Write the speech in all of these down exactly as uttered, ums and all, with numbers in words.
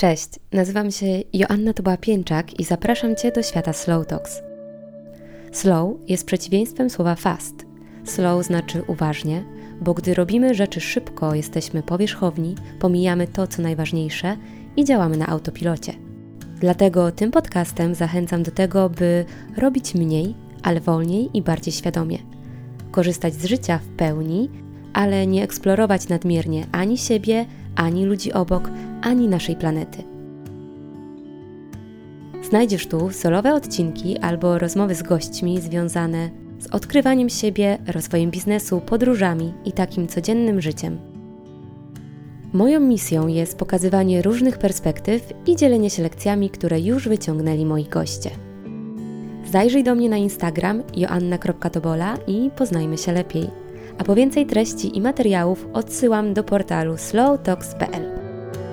Cześć, nazywam się Joanna Toba-Pieńczak i zapraszam Cię do świata Slow Talks. Slow jest przeciwieństwem słowa fast. Slow znaczy uważnie, bo gdy robimy rzeczy szybko, jesteśmy powierzchowni, pomijamy to, co najważniejsze i działamy na autopilocie. Dlatego tym podcastem zachęcam do tego, by robić mniej, ale wolniej i bardziej świadomie. Korzystać z życia w pełni, ale nie eksplorować nadmiernie ani siebie, ani ludzi obok, ani naszej planety. Znajdziesz tu solowe odcinki albo rozmowy z gośćmi związane z odkrywaniem siebie, rozwojem biznesu, podróżami i takim codziennym życiem. Moją misją jest pokazywanie różnych perspektyw i dzielenie się lekcjami, które już wyciągnęli moi goście. Zajrzyj do mnie na Instagram joanna kropka tobola i poznajmy się lepiej. A po więcej treści i materiałów odsyłam do portalu slow talks kropka p l.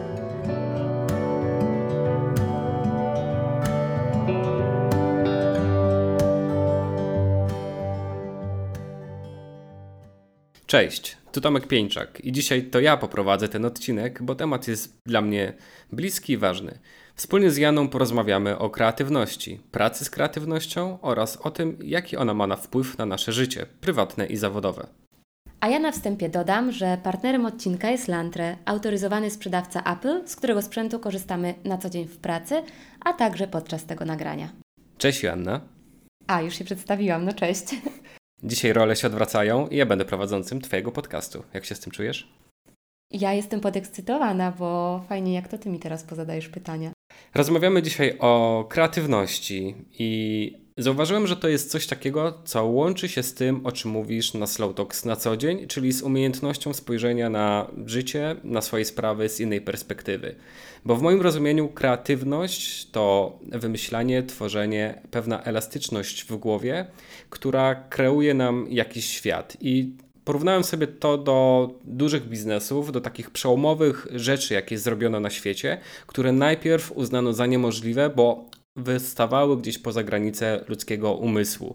Cześć, tu Tomek Pieńczak i dzisiaj to ja poprowadzę ten odcinek, bo temat jest dla mnie bliski i ważny. Wspólnie z Janą porozmawiamy o kreatywności, pracy z kreatywnością oraz o tym, jaki ona ma na wpływ na nasze życie, prywatne i zawodowe. A ja na wstępie dodam, że partnerem odcinka jest Lantre, autoryzowany sprzedawca Apple, z którego sprzętu korzystamy na co dzień w pracy, a także podczas tego nagrania. Cześć Joanna. A, już się przedstawiłam, no cześć. Dzisiaj role się odwracają i ja będę prowadzącym Twojego podcastu. Jak się z tym czujesz? Ja jestem podekscytowana, bo fajnie jak to Ty mi teraz pozadajesz pytania. Rozmawiamy dzisiaj o kreatywności i zauważyłem, że to jest coś takiego, co łączy się z tym, o czym mówisz na Slow Talks na co dzień, czyli z umiejętnością spojrzenia na życie, na swoje sprawy z innej perspektywy. Bo w moim rozumieniu kreatywność to wymyślanie, tworzenie, pewna elastyczność w głowie, która kreuje nam jakiś świat. I porównałem sobie to do dużych biznesów, do takich przełomowych rzeczy, jakie zrobiono na świecie, które najpierw uznano za niemożliwe, bo wystawały gdzieś poza granice ludzkiego umysłu,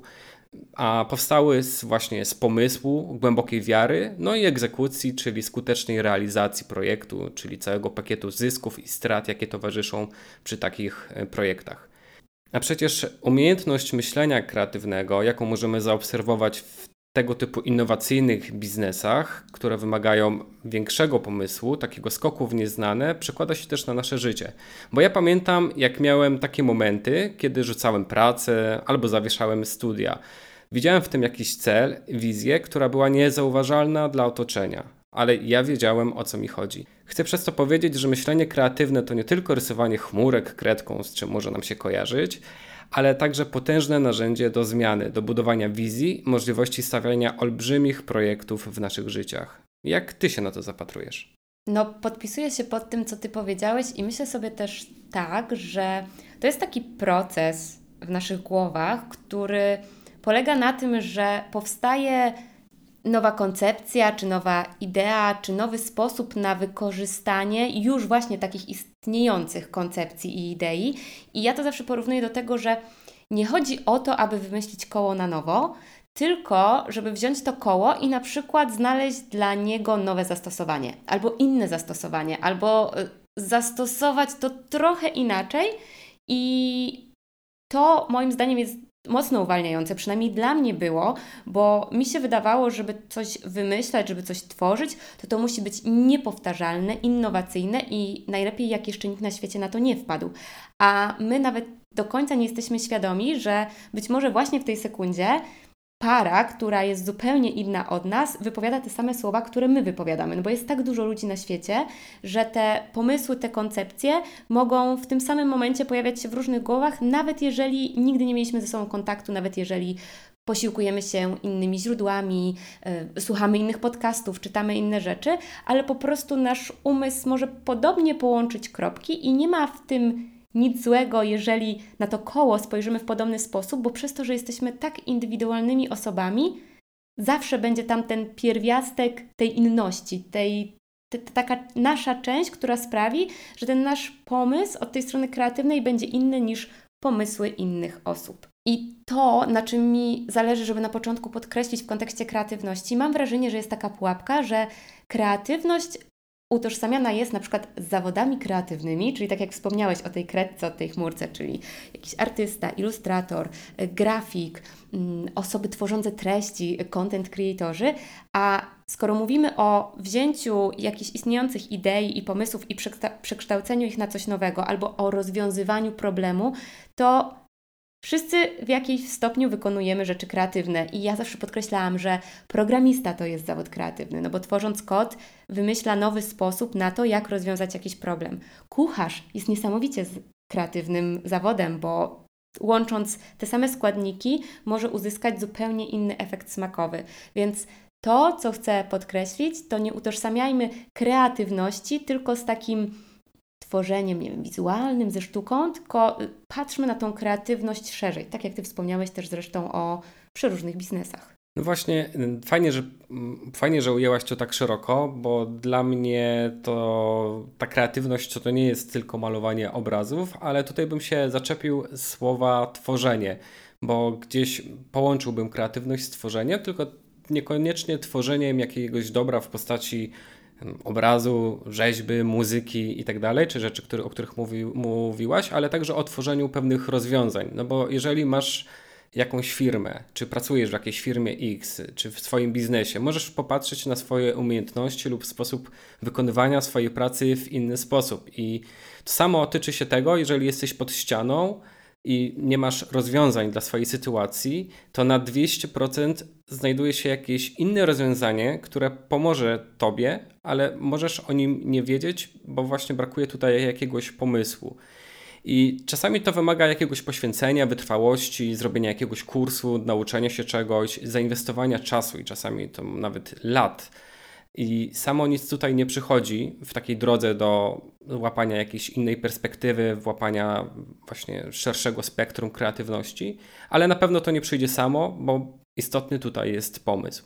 a powstały z, właśnie z pomysłu, głębokiej wiary, no i egzekucji, czyli skutecznej realizacji projektu, czyli całego pakietu zysków i strat, jakie towarzyszą przy takich projektach. A przecież umiejętność myślenia kreatywnego, jaką możemy zaobserwować w tego typu innowacyjnych biznesach, które wymagają większego pomysłu, takiego skoku w nieznane, przekłada się też na nasze życie. Bo ja pamiętam, jak miałem takie momenty, kiedy rzucałem pracę albo zawieszałem studia. Widziałem w tym jakiś cel, wizję, która była niezauważalna dla otoczenia, ale ja wiedziałem, o co mi chodzi. Chcę przez to powiedzieć, że myślenie kreatywne to nie tylko rysowanie chmurek kredką, z czym może nam się kojarzyć, ale także potężne narzędzie do zmiany, do budowania wizji, możliwości stawiania olbrzymich projektów w naszych życiach. Jak Ty się na to zapatrujesz? No, podpisuję się pod tym, co Ty powiedziałeś i myślę sobie też tak, że to jest taki proces w naszych głowach, który polega na tym, że powstaje nowa koncepcja, czy nowa idea, czy nowy sposób na wykorzystanie już właśnie takich istniejących koncepcji i idei. I ja to zawsze porównuję do tego, że nie chodzi o to, aby wymyślić koło na nowo, tylko żeby wziąć to koło i na przykład znaleźć dla niego nowe zastosowanie, albo inne zastosowanie, albo zastosować to trochę inaczej i to moim zdaniem jest mocno uwalniające, przynajmniej dla mnie było, bo mi się wydawało, żeby coś wymyślać, żeby coś tworzyć, to to musi być niepowtarzalne, innowacyjne i najlepiej jak jeszcze nikt na świecie na to nie wpadł. A my nawet do końca nie jesteśmy świadomi, że być może właśnie w tej sekundzie para, która jest zupełnie inna od nas, wypowiada te same słowa, które my wypowiadamy. No bo jest tak dużo ludzi na świecie, że te pomysły, te koncepcje mogą w tym samym momencie pojawiać się w różnych głowach, nawet jeżeli nigdy nie mieliśmy ze sobą kontaktu, nawet jeżeli posiłkujemy się innymi źródłami, yy, słuchamy innych podcastów, czytamy inne rzeczy, ale po prostu nasz umysł może podobnie połączyć kropki i nie ma w tym nic złego, jeżeli na to koło spojrzymy w podobny sposób, bo przez to, że jesteśmy tak indywidualnymi osobami, zawsze będzie tam ten pierwiastek tej inności, tej, te, taka nasza część, która sprawi, że ten nasz pomysł od tej strony kreatywnej będzie inny niż pomysły innych osób. I to, na czym mi zależy, żeby na początku podkreślić w kontekście kreatywności, mam wrażenie, że jest taka pułapka, że kreatywność utożsamiana jest na przykład z zawodami kreatywnymi, czyli tak jak wspomniałeś o tej kredce, o tej chmurce, czyli jakiś artysta, ilustrator, grafik, osoby tworzące treści, content creatorzy, a skoro mówimy o wzięciu jakichś istniejących idei i pomysłów i przekształceniu ich na coś nowego albo o rozwiązywaniu problemu, to wszyscy w jakimś stopniu wykonujemy rzeczy kreatywne i ja zawsze podkreślałam, że programista to jest zawód kreatywny, no bo tworząc kod wymyśla nowy sposób na to, jak rozwiązać jakiś problem. Kucharz jest niesamowicie kreatywnym zawodem, bo łącząc te same składniki może uzyskać zupełnie inny efekt smakowy. Więc to, co chcę podkreślić, to nie utożsamiajmy kreatywności tylko z takim tworzeniem, nie wiem, wizualnym, ze sztuką, tylko patrzmy na tą kreatywność szerzej, tak jak Ty wspomniałeś też zresztą o przeróżnych biznesach. No właśnie, fajnie, że, fajnie, że ujęłaś to tak szeroko, bo dla mnie to ta kreatywność to nie jest tylko malowanie obrazów, ale tutaj bym się zaczepił słowa tworzenie, bo gdzieś połączyłbym kreatywność z tworzeniem, tylko niekoniecznie tworzeniem jakiegoś dobra w postaci obrazu, rzeźby, muzyki i tak dalej, czy rzeczy, które, o których mówi, mówiłaś, ale także o tworzeniu pewnych rozwiązań. No bo jeżeli masz jakąś firmę, czy pracujesz w jakiejś firmie X, czy w swoim biznesie, możesz popatrzeć na swoje umiejętności lub sposób wykonywania swojej pracy w inny sposób. I to samo tyczy się tego, jeżeli jesteś pod ścianą i nie masz rozwiązań dla swojej sytuacji, to na dwieście procent znajduje się jakieś inne rozwiązanie, które pomoże Tobie, ale możesz o nim nie wiedzieć, bo właśnie brakuje tutaj jakiegoś pomysłu. I czasami to wymaga jakiegoś poświęcenia, wytrwałości, zrobienia jakiegoś kursu, nauczenia się czegoś, zainwestowania czasu i czasami to nawet lat. I samo nic tutaj nie przychodzi w takiej drodze do łapania jakiejś innej perspektywy, włapania właśnie szerszego spektrum kreatywności, ale na pewno to nie przyjdzie samo, bo istotny tutaj jest pomysł.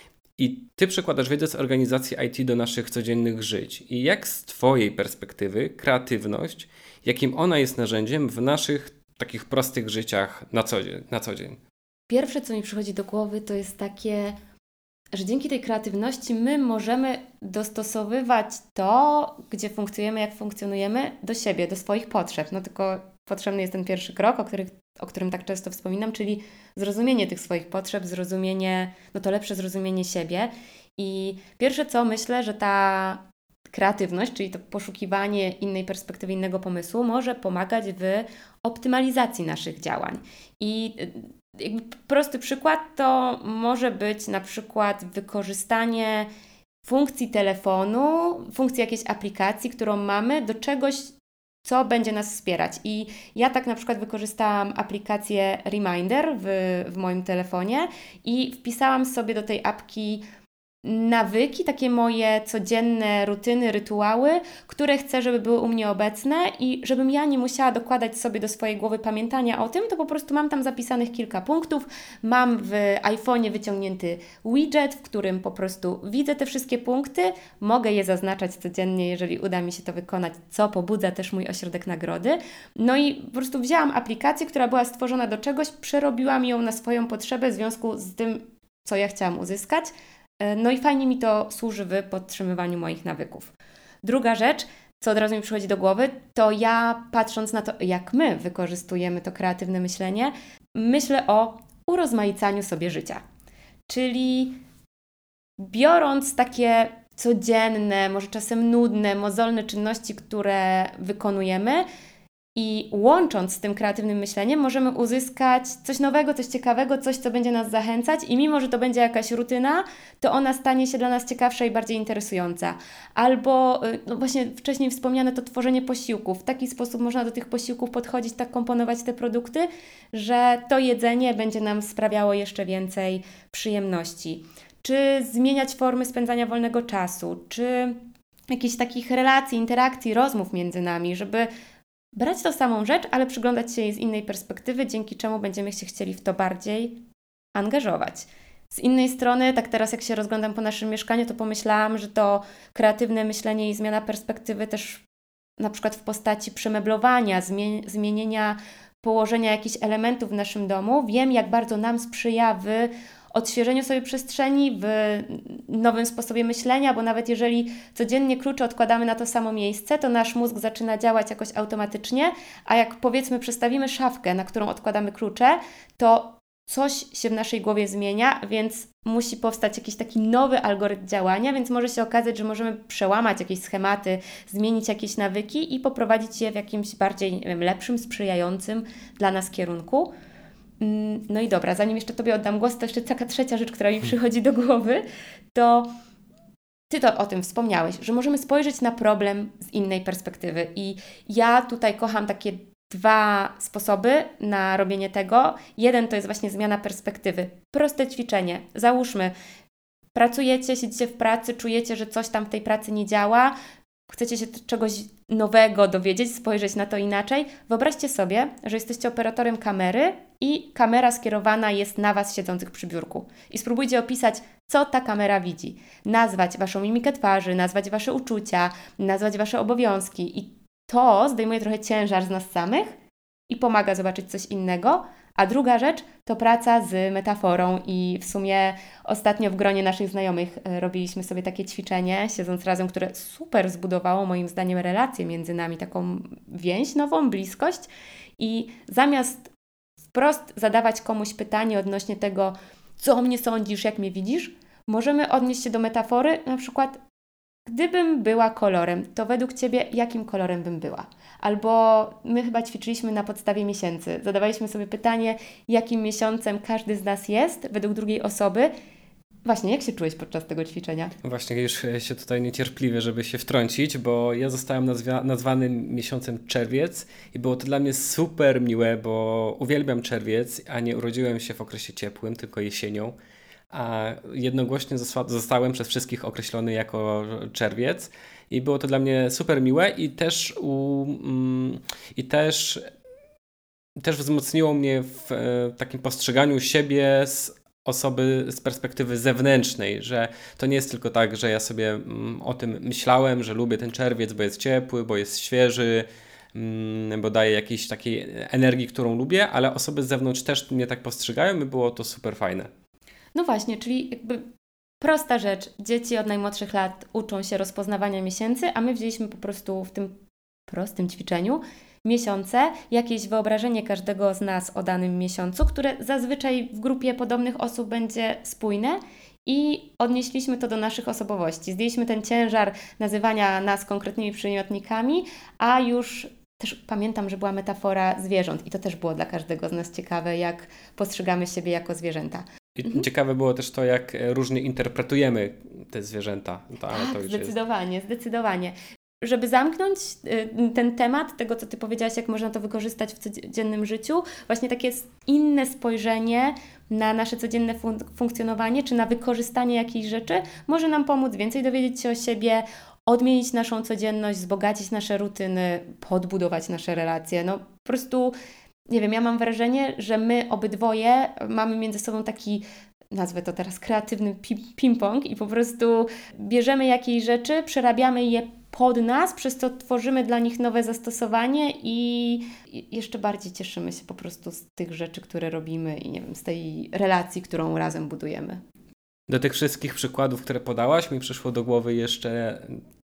I Ty przykładasz wiedzę z organizacji I T do naszych codziennych żyć. I jak z Twojej perspektywy kreatywność, jakim ona jest narzędziem w naszych takich prostych życiach na co dzień? Na co dzień? Pierwsze, co mi przychodzi do głowy, to jest takie, że dzięki tej kreatywności my możemy dostosowywać to, gdzie funkcjonujemy, jak funkcjonujemy, do siebie, do swoich potrzeb. No tylko potrzebny jest ten pierwszy krok, o, których, o którym tak często wspominam, czyli zrozumienie tych swoich potrzeb, zrozumienie, no to lepsze zrozumienie siebie. I pierwsze co, myślę, że ta kreatywność, czyli to poszukiwanie innej perspektywy, innego pomysłu, może pomagać w optymalizacji naszych działań. I jakby prosty przykład to może być na przykład wykorzystanie funkcji telefonu, funkcji jakiejś aplikacji, którą mamy do czegoś, co będzie nas wspierać. I ja tak na przykład wykorzystałam aplikację Reminder w, w moim telefonie i wpisałam sobie do tej apki nawyki, takie moje codzienne rutyny, rytuały, które chcę, żeby były u mnie obecne i żebym ja nie musiała dokładać sobie do swojej głowy pamiętania o tym, to po prostu mam tam zapisanych kilka punktów. Mam w iPhone'ie wyciągnięty widget, w którym po prostu widzę te wszystkie punkty, mogę je zaznaczać codziennie, jeżeli uda mi się to wykonać, co pobudza też mój ośrodek nagrody. No i po prostu wzięłam aplikację, która była stworzona do czegoś, przerobiłam ją na swoją potrzebę w związku z tym, co ja chciałam uzyskać. No i fajnie mi to służy w podtrzymywaniu moich nawyków. Druga rzecz, co od razu mi przychodzi do głowy, to ja patrząc na to, jak my wykorzystujemy to kreatywne myślenie, myślę o urozmaicaniu sobie życia. Czyli biorąc takie codzienne, może czasem nudne, mozolne czynności, które wykonujemy i łącząc z tym kreatywnym myśleniem możemy uzyskać coś nowego, coś ciekawego, coś, co będzie nas zachęcać i mimo, że to będzie jakaś rutyna, to ona stanie się dla nas ciekawsza i bardziej interesująca. Albo no właśnie wcześniej wspomniane to tworzenie posiłków. W taki sposób można do tych posiłków podchodzić, tak komponować te produkty, że to jedzenie będzie nam sprawiało jeszcze więcej przyjemności. Czy zmieniać formy spędzania wolnego czasu, czy jakichś takich relacji, interakcji, rozmów między nami, żeby brać tą samą rzecz, ale przyglądać się jej z innej perspektywy, dzięki czemu będziemy się chcieli w to bardziej angażować. Z innej strony, tak teraz jak się rozglądam po naszym mieszkaniu, to pomyślałam, że to kreatywne myślenie i zmiana perspektywy też na przykład w postaci przemeblowania, zmie- zmienienia położenia jakichś elementów w naszym domu. Wiem, jak bardzo nam sprzyja w odświeżeniu sobie przestrzeni, w nowym sposobie myślenia, bo nawet jeżeli codziennie klucze odkładamy na to samo miejsce, to nasz mózg zaczyna działać jakoś automatycznie, a jak powiedzmy przestawimy szafkę, na którą odkładamy klucze, to coś się w naszej głowie zmienia, więc musi powstać jakiś taki nowy algorytm działania, więc może się okazać, że możemy przełamać jakieś schematy, zmienić jakieś nawyki i poprowadzić je w jakimś bardziej, nie wiem, lepszym, sprzyjającym dla nas kierunku. No i dobra, zanim jeszcze Tobie oddam głos, to jeszcze taka trzecia rzecz, która mi przychodzi do głowy, to Ty to o tym wspomniałeś, że możemy spojrzeć na problem z innej perspektywy i ja tutaj kocham takie dwa sposoby na robienie tego. Jeden to jest właśnie zmiana perspektywy. Proste ćwiczenie. Załóżmy, pracujecie, siedzicie w pracy, czujecie, że coś tam w tej pracy nie działa, chcecie się czegoś nowego dowiedzieć, spojrzeć na to inaczej. Wyobraźcie sobie, że jesteście operatorem kamery i kamera skierowana jest na Was siedzących przy biurku. I spróbujcie opisać, co ta kamera widzi. Nazwać Waszą mimikę twarzy, nazwać Wasze uczucia, nazwać Wasze obowiązki. I to zdejmuje trochę ciężar z nas samych i pomaga zobaczyć coś innego. A druga rzecz to praca z metaforą i w sumie ostatnio w gronie naszych znajomych robiliśmy sobie takie ćwiczenie, siedząc razem, które super zbudowało moim zdaniem relację między nami, taką więź nową, bliskość i zamiast wprost zadawać komuś pytanie odnośnie tego, co o mnie sądzisz, jak mnie widzisz, możemy odnieść się do metafory, na przykład gdybym była kolorem, to według Ciebie jakim kolorem bym była? Albo my chyba ćwiczyliśmy na podstawie miesięcy. Zadawaliśmy sobie pytanie, jakim miesiącem każdy z nas jest według drugiej osoby. Właśnie, jak się czułeś podczas tego ćwiczenia? Właśnie już się tutaj niecierpliwie, żeby się wtrącić, bo ja zostałem nazwa- nazwany miesiącem czerwiec i było to dla mnie super miłe, bo uwielbiam czerwiec, a nie urodziłem się w okresie ciepłym, tylko jesienią. A jednogłośnie zostałem przez wszystkich określony jako czerwiec i było to dla mnie super miłe i też, u, mm, i też, też wzmocniło mnie w e, takim postrzeganiu siebie z osoby z perspektywy zewnętrznej, że to nie jest tylko tak, że ja sobie mm, o tym myślałem, że lubię ten czerwiec, bo jest ciepły, bo jest świeży, mm, bo daje jakiejś takiej energii, którą lubię, ale osoby z zewnątrz też mnie tak postrzegają i było to super fajne. No właśnie, czyli jakby prosta rzecz. Dzieci od najmłodszych lat uczą się rozpoznawania miesięcy, a my wzięliśmy po prostu w tym prostym ćwiczeniu miesiące, jakieś wyobrażenie każdego z nas o danym miesiącu, które zazwyczaj w grupie podobnych osób będzie spójne i odnieśliśmy to do naszych osobowości. Zdjęliśmy ten ciężar nazywania nas konkretnymi przymiotnikami, a już też pamiętam, że była metafora zwierząt i to też było dla każdego z nas ciekawe, jak postrzegamy siebie jako zwierzęta. I mhm. Ciekawe było też to, jak różnie interpretujemy te zwierzęta. To, ale tak, to już zdecydowanie, jest... zdecydowanie. Żeby zamknąć y, ten temat, tego co Ty powiedziałaś, jak można to wykorzystać w codziennym życiu, właśnie takie inne spojrzenie na nasze codzienne fun- funkcjonowanie, czy na wykorzystanie jakiejś rzeczy, może nam pomóc więcej dowiedzieć się o siebie, odmienić naszą codzienność, wzbogacić nasze rutyny, podbudować nasze relacje. No po prostu... Nie wiem, ja mam wrażenie, że my obydwoje mamy między sobą taki, nazwę to teraz kreatywny ping-pong i po prostu bierzemy jakieś rzeczy, przerabiamy je pod nas, przez co tworzymy dla nich nowe zastosowanie i jeszcze bardziej cieszymy się po prostu z tych rzeczy, które robimy i nie wiem, z tej relacji, którą razem budujemy. Do tych wszystkich przykładów, które podałaś, mi przyszło do głowy jeszcze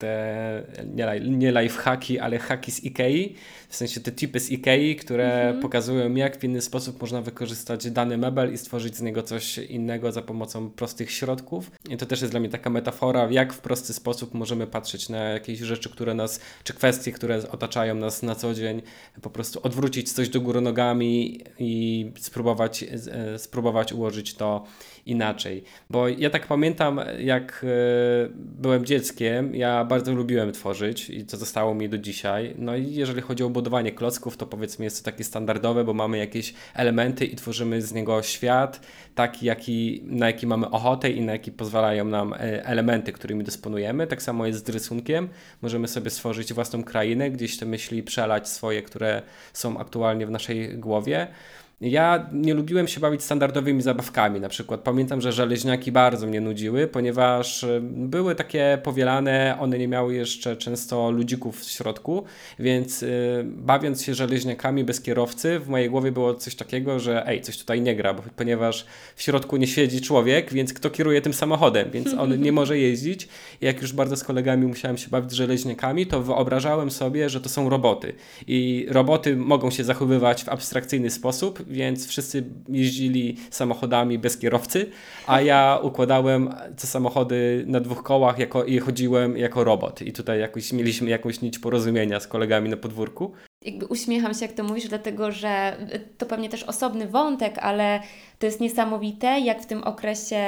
te nie, nie lifehacki, ale haki z Ikei, w sensie te tipy z Ikei, które mm-hmm. pokazują, jak w inny sposób można wykorzystać dany mebel i stworzyć z niego coś innego za pomocą prostych środków. I to też jest dla mnie taka metafora, jak w prosty sposób możemy patrzeć na jakieś rzeczy, które nas, czy kwestie, które otaczają nas na co dzień, po prostu odwrócić coś do góry nogami i spróbować, spróbować ułożyć to inaczej. Bo ja tak pamiętam, jak byłem dzieckiem, ja bardzo lubiłem tworzyć i to zostało mi do dzisiaj. No i jeżeli chodzi o budowanie klocków, to powiedzmy jest to takie standardowe, bo mamy jakieś elementy i tworzymy z niego świat, taki jaki, na jaki mamy ochotę i na jaki pozwalają nam elementy, którymi dysponujemy. Tak samo jest z rysunkiem. Możemy sobie stworzyć własną krainę, gdzieś te myśli przelać swoje, które są aktualnie w naszej głowie. Ja nie lubiłem się bawić standardowymi zabawkami. Na przykład pamiętam, że żeleźniaki bardzo mnie nudziły, ponieważ były takie powielane, one nie miały jeszcze często ludzików w środku, więc yy, bawiąc się żeleźniakami bez kierowcy, w mojej głowie było coś takiego, że ej, coś tutaj nie gra, bo, ponieważ w środku nie siedzi człowiek, więc kto kieruje tym samochodem, więc on nie może jeździć. I jak już bardzo z kolegami musiałem się bawić żeleźniakami, to wyobrażałem sobie, że to są roboty. I roboty mogą się zachowywać w abstrakcyjny sposób, więc wszyscy jeździli samochodami bez kierowcy, a ja układałem te samochody na dwóch kołach jako, i chodziłem jako robot. I tutaj jakoś mieliśmy jakąś nić porozumienia z kolegami na podwórku. Jakby uśmiecham się, jak to mówisz, dlatego że to pewnie też osobny wątek, ale to jest niesamowite, jak w tym okresie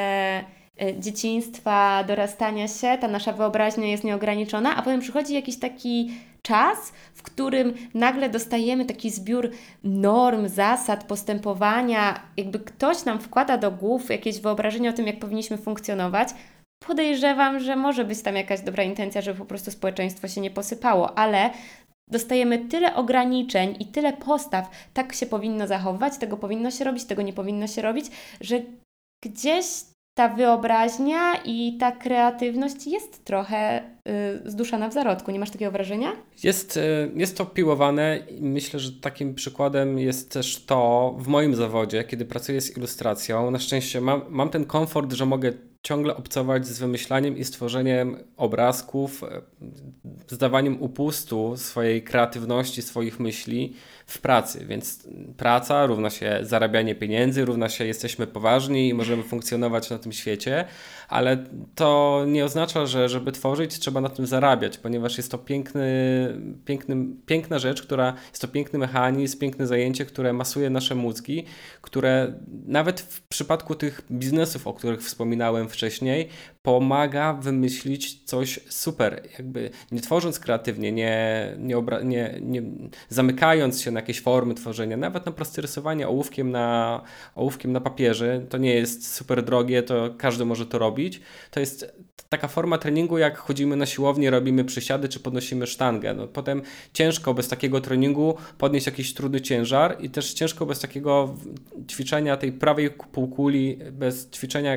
dzieciństwa, dorastania się, ta nasza wyobraźnia jest nieograniczona, a potem przychodzi jakiś taki czas, w którym nagle dostajemy taki zbiór norm, zasad, postępowania, jakby ktoś nam wkłada do głów jakieś wyobrażenie o tym, jak powinniśmy funkcjonować. Podejrzewam, że może być tam jakaś dobra intencja, żeby po prostu społeczeństwo się nie posypało, ale dostajemy tyle ograniczeń i tyle postaw, tak się powinno zachowywać, tego powinno się robić, tego nie powinno się robić, że gdzieś ta wyobraźnia i ta kreatywność jest trochę y, zduszana w zarodku. Nie masz takiego wrażenia? Jest, y, jest to piłowane i myślę, że takim przykładem jest też to w moim zawodzie, kiedy pracuję z ilustracją. Na szczęście mam, mam ten komfort, że mogę ciągle obcować z wymyślaniem i stworzeniem obrazków, zdawaniem upustu swojej kreatywności, swoich myśli w pracy, więc praca równa się zarabianie pieniędzy, równa się jesteśmy poważni i możemy funkcjonować na tym świecie, ale to nie oznacza, że żeby tworzyć trzeba na tym zarabiać, ponieważ jest to piękny, piękny, piękna rzecz, która jest to piękny mechanizm, piękne zajęcie, które masuje nasze mózgi, które nawet w przypadku tych biznesów, o których wspominałem wcześniej, pomaga wymyślić coś super, jakby nie tworząc kreatywnie, nie, nie, obra- nie, nie zamykając się na jakieś formy tworzenia, nawet na proste rysowanie ołówkiem na, ołówkiem na papierze, to nie jest super drogie, to każdy może to robić. To jest taka forma treningu, jak chodzimy na siłownię, robimy przysiady czy podnosimy sztangę. No, potem ciężko bez takiego treningu podnieść jakiś trudny ciężar i też ciężko bez takiego ćwiczenia tej prawej półkuli, bez ćwiczenia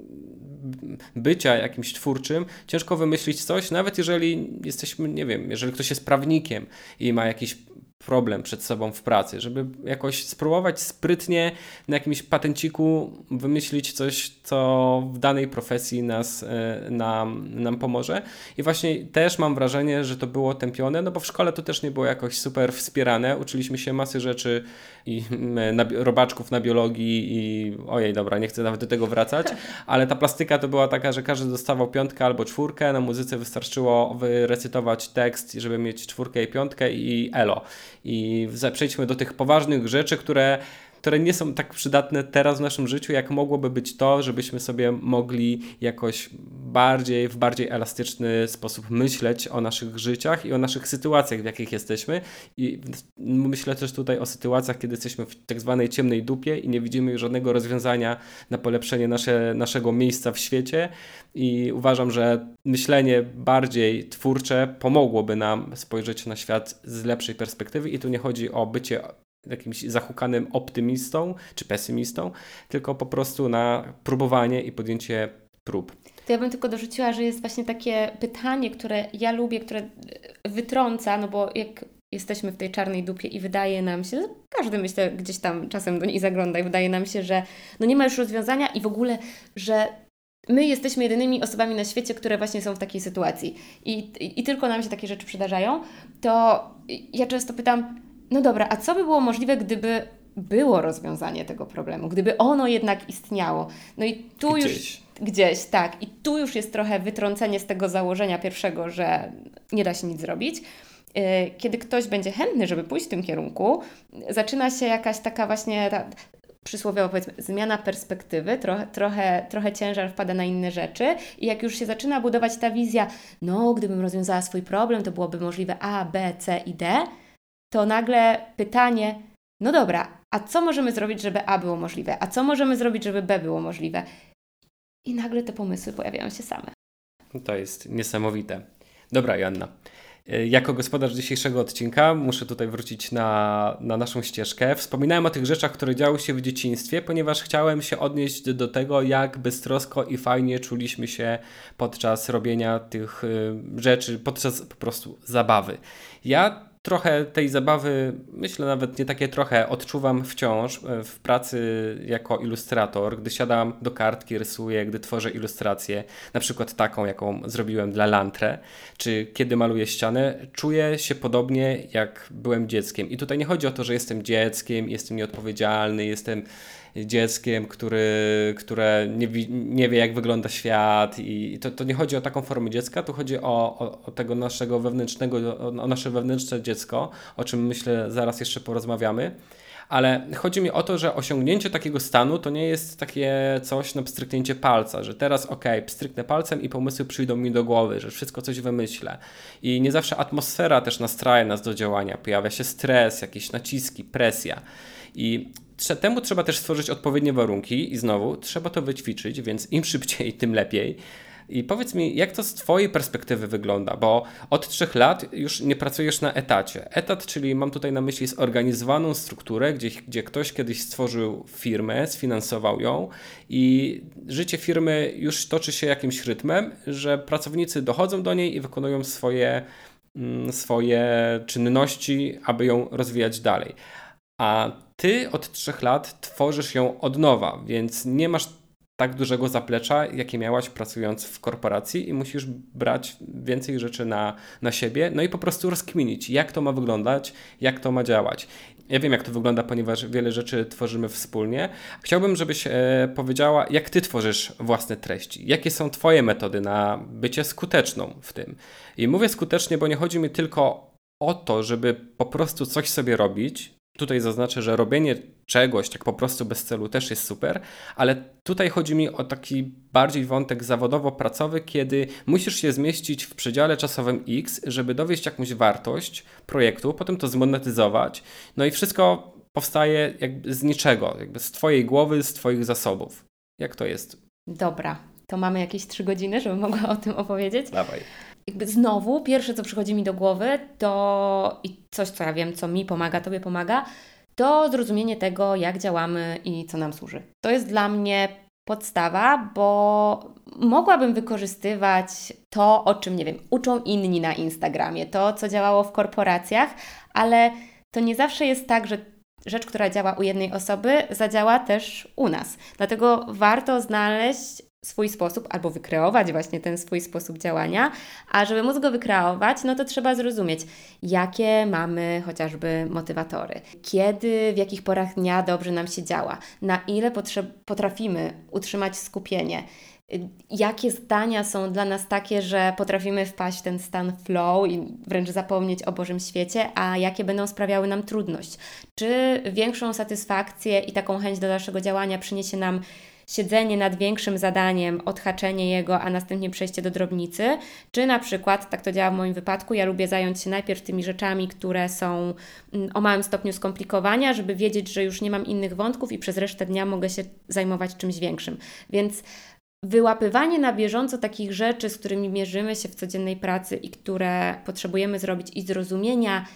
bycia jakimś twórczym, ciężko wymyślić coś, nawet jeżeli jesteśmy, nie wiem, jeżeli ktoś jest prawnikiem i ma jakiś problem przed sobą w pracy, żeby jakoś spróbować sprytnie na jakimś patenciku wymyślić coś, co w danej profesji nas, nam, nam pomoże. I właśnie też mam wrażenie, że to było tępione, no bo w szkole to też nie było jakoś super wspierane. Uczyliśmy się masy rzeczy i na, robaczków na biologii i ojej, dobra, nie chcę nawet do tego wracać, ale ta plastyka to była taka, że każdy dostawał piątkę albo czwórkę, na muzyce wystarczyło wyrecytować tekst, żeby mieć czwórkę i piątkę i elo. I przejdźmy do tych poważnych rzeczy, które, które nie są tak przydatne teraz w naszym życiu, jak mogłoby być to, żebyśmy sobie mogli jakoś bardziej, w bardziej elastyczny sposób myśleć o naszych życiach i o naszych sytuacjach, w jakich jesteśmy. I myślę też tutaj o sytuacjach, kiedy jesteśmy w tak zwanej ciemnej dupie i nie widzimy żadnego rozwiązania na polepszenie nasze, naszego miejsca w świecie. I uważam, że myślenie bardziej twórcze pomogłoby nam spojrzeć na świat z lepszej perspektywy i tu nie chodzi o bycie jakimś zahukanym optymistą czy pesymistą, tylko po prostu na próbowanie i podjęcie prób. To ja bym tylko dorzuciła, że jest właśnie takie pytanie, które ja lubię, które wytrąca, no bo jak jesteśmy w tej czarnej dupie i wydaje nam się, każdy myślę gdzieś tam czasem do niej zagląda i wydaje nam się, że no nie ma już rozwiązania i w ogóle, że my jesteśmy jedynymi osobami na świecie, które właśnie są w takiej sytuacji i, i, i tylko nam się takie rzeczy przydarzają, to ja często pytam, no dobra, a co by było możliwe, gdyby było rozwiązanie tego problemu, gdyby ono jednak istniało? No i tu Gdzieś. już gdzieś, tak, i tu już jest trochę wytrącenie z tego założenia pierwszego, że nie da się nic zrobić. Kiedy ktoś będzie chętny, żeby pójść w tym kierunku, zaczyna się jakaś taka właśnie ta przysłowiowo powiedzmy zmiana perspektywy, trochę, trochę, trochę ciężar wpada na inne rzeczy i jak już się zaczyna budować ta wizja, no gdybym rozwiązała swój problem, to byłoby możliwe A, B, C i D, to nagle pytanie, no dobra, a co możemy zrobić, żeby A było możliwe? A co możemy zrobić, żeby B było możliwe? I nagle te pomysły pojawiają się same. To jest niesamowite. Dobra, Joanna. Jako gospodarz dzisiejszego odcinka muszę tutaj wrócić na, na naszą ścieżkę. Wspominałem o tych rzeczach, które działy się w dzieciństwie, ponieważ chciałem się odnieść do tego, jak beztrosko i fajnie czuliśmy się podczas robienia tych y, rzeczy, podczas po prostu zabawy. Ja trochę tej zabawy, myślę nawet nie takie trochę, odczuwam wciąż w pracy jako ilustrator, gdy siadam do kartki, rysuję, gdy tworzę ilustrację, na przykład taką, jaką zrobiłem dla Lantre, czy kiedy maluję ścianę, czuję się podobnie, jak byłem dzieckiem. I tutaj nie chodzi o to, że jestem dzieckiem, jestem nieodpowiedzialny, jestem dzieckiem, który, które nie, wi- nie wie, jak wygląda świat i to, to nie chodzi o taką formę dziecka, tu chodzi o, o, o tego naszego wewnętrznego, o, o nasze wewnętrzne dziecko, o czym myślę zaraz jeszcze porozmawiamy. Ale chodzi mi o to, że osiągnięcie takiego stanu to nie jest takie coś na pstryknięcie palca, że teraz okej, okay, pstryknę palcem i pomysły przyjdą mi do głowy, że wszystko coś wymyślę. I nie zawsze atmosfera też nastraja nas do działania, pojawia się stres, jakieś naciski, presja. I temu trzeba też stworzyć odpowiednie warunki i znowu trzeba to wyćwiczyć, więc im szybciej, tym lepiej. I powiedz mi, jak to z Twojej perspektywy wygląda, bo od trzech lat już nie pracujesz na etacie. Etat, czyli mam tutaj na myśli zorganizowaną strukturę, gdzie, gdzie ktoś kiedyś stworzył firmę, sfinansował ją i życie firmy już toczy się jakimś rytmem, że pracownicy dochodzą do niej i wykonują swoje, swoje czynności, aby ją rozwijać dalej. A Ty od trzech lat tworzysz ją od nowa, więc nie masz tak dużego zaplecza, jakie miałaś pracując w korporacji i musisz brać więcej rzeczy na, na siebie, no i po prostu rozkminić, jak to ma wyglądać, jak to ma działać. Ja wiem, jak to wygląda, ponieważ wiele rzeczy tworzymy wspólnie. Chciałbym, żebyś e, powiedziała, jak Ty tworzysz własne treści. Jakie są Twoje metody na bycie skuteczną w tym? I mówię skutecznie, bo nie chodzi mi tylko o to, żeby po prostu coś sobie robić. Tutaj zaznaczę, że robienie czegoś tak po prostu bez celu też jest super, ale tutaj chodzi mi o taki bardziej wątek zawodowo-pracowy, kiedy musisz się zmieścić w przedziale czasowym X, żeby dowieść jakąś wartość projektu, potem to zmonetyzować, no i wszystko powstaje jakby z niczego, jakby z Twojej głowy, z Twoich zasobów. Jak to jest? Dobra, to mamy jakieś trzy godziny, żebym mogła o tym opowiedzieć. Dawaj. Jakby znowu, pierwsze co przychodzi mi do głowy to i coś, co ja wiem, co mi pomaga, Tobie pomaga, to zrozumienie tego, jak działamy i co nam służy. To jest dla mnie podstawa, bo mogłabym wykorzystywać to, o czym, nie wiem, uczą inni na Instagramie, to, co działało w korporacjach, ale to nie zawsze jest tak, że rzecz, która działa u jednej osoby, zadziała też u nas. Dlatego warto znaleźć swój sposób albo wykreować właśnie ten swój sposób działania, a żeby móc go wykreować, no to trzeba zrozumieć, jakie mamy chociażby motywatory, kiedy, w jakich porach dnia dobrze nam się działa, na ile potrze- potrafimy utrzymać skupienie, jakie zdania są dla nas takie, że potrafimy wpaść w ten stan flow i wręcz zapomnieć o Bożym świecie, a jakie będą sprawiały nam trudność. Czy większą satysfakcję i taką chęć do dalszego działania przyniesie nam siedzenie nad większym zadaniem, odhaczenie jego, a następnie przejście do drobnicy, czy na przykład, tak to działa w moim wypadku, ja lubię zająć się najpierw tymi rzeczami, które są o małym stopniu skomplikowania, żeby wiedzieć, że już nie mam innych wątków i przez resztę dnia mogę się zajmować czymś większym. Więc wyłapywanie na bieżąco takich rzeczy, z którymi mierzymy się w codziennej pracy i które potrzebujemy zrobić i zrozumienia,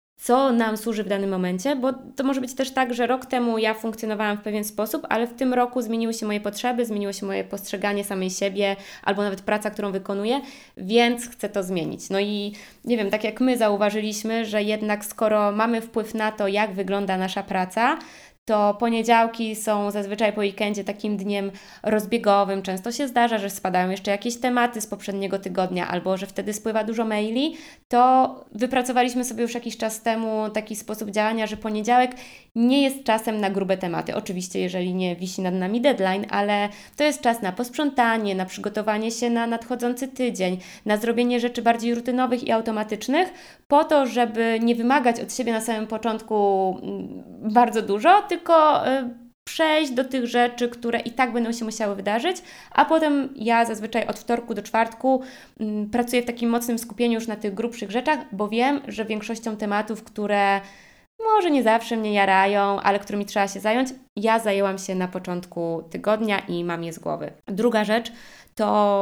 co nam służy w danym momencie, bo to może być też tak, że rok temu ja funkcjonowałam w pewien sposób, ale w tym roku zmieniły się moje potrzeby, zmieniło się moje postrzeganie samej siebie, albo nawet praca, którą wykonuję, więc chcę to zmienić. No i nie wiem, tak jak my zauważyliśmy, że jednak skoro mamy wpływ na to, jak wygląda nasza praca, to poniedziałki są zazwyczaj po weekendzie takim dniem rozbiegowym. Często się zdarza, że spadają jeszcze jakieś tematy z poprzedniego tygodnia albo że wtedy spływa dużo maili, to wypracowaliśmy sobie już jakiś czas temu taki sposób działania, że poniedziałek nie jest czasem na grube tematy. Oczywiście, jeżeli nie wisi nad nami deadline, ale to jest czas na posprzątanie, na przygotowanie się na nadchodzący tydzień, na zrobienie rzeczy bardziej rutynowych i automatycznych, po to, żeby nie wymagać od siebie na samym początku bardzo dużo, tylko przejść do tych rzeczy, które i tak będą się musiały wydarzyć, a potem ja zazwyczaj od wtorku do czwartku m, pracuję w takim mocnym skupieniu już na tych grubszych rzeczach, bo wiem, że większością tematów, które może nie zawsze mnie jarają, ale którymi trzeba się zająć, ja zajęłam się na początku tygodnia i mam je z głowy. Druga rzecz to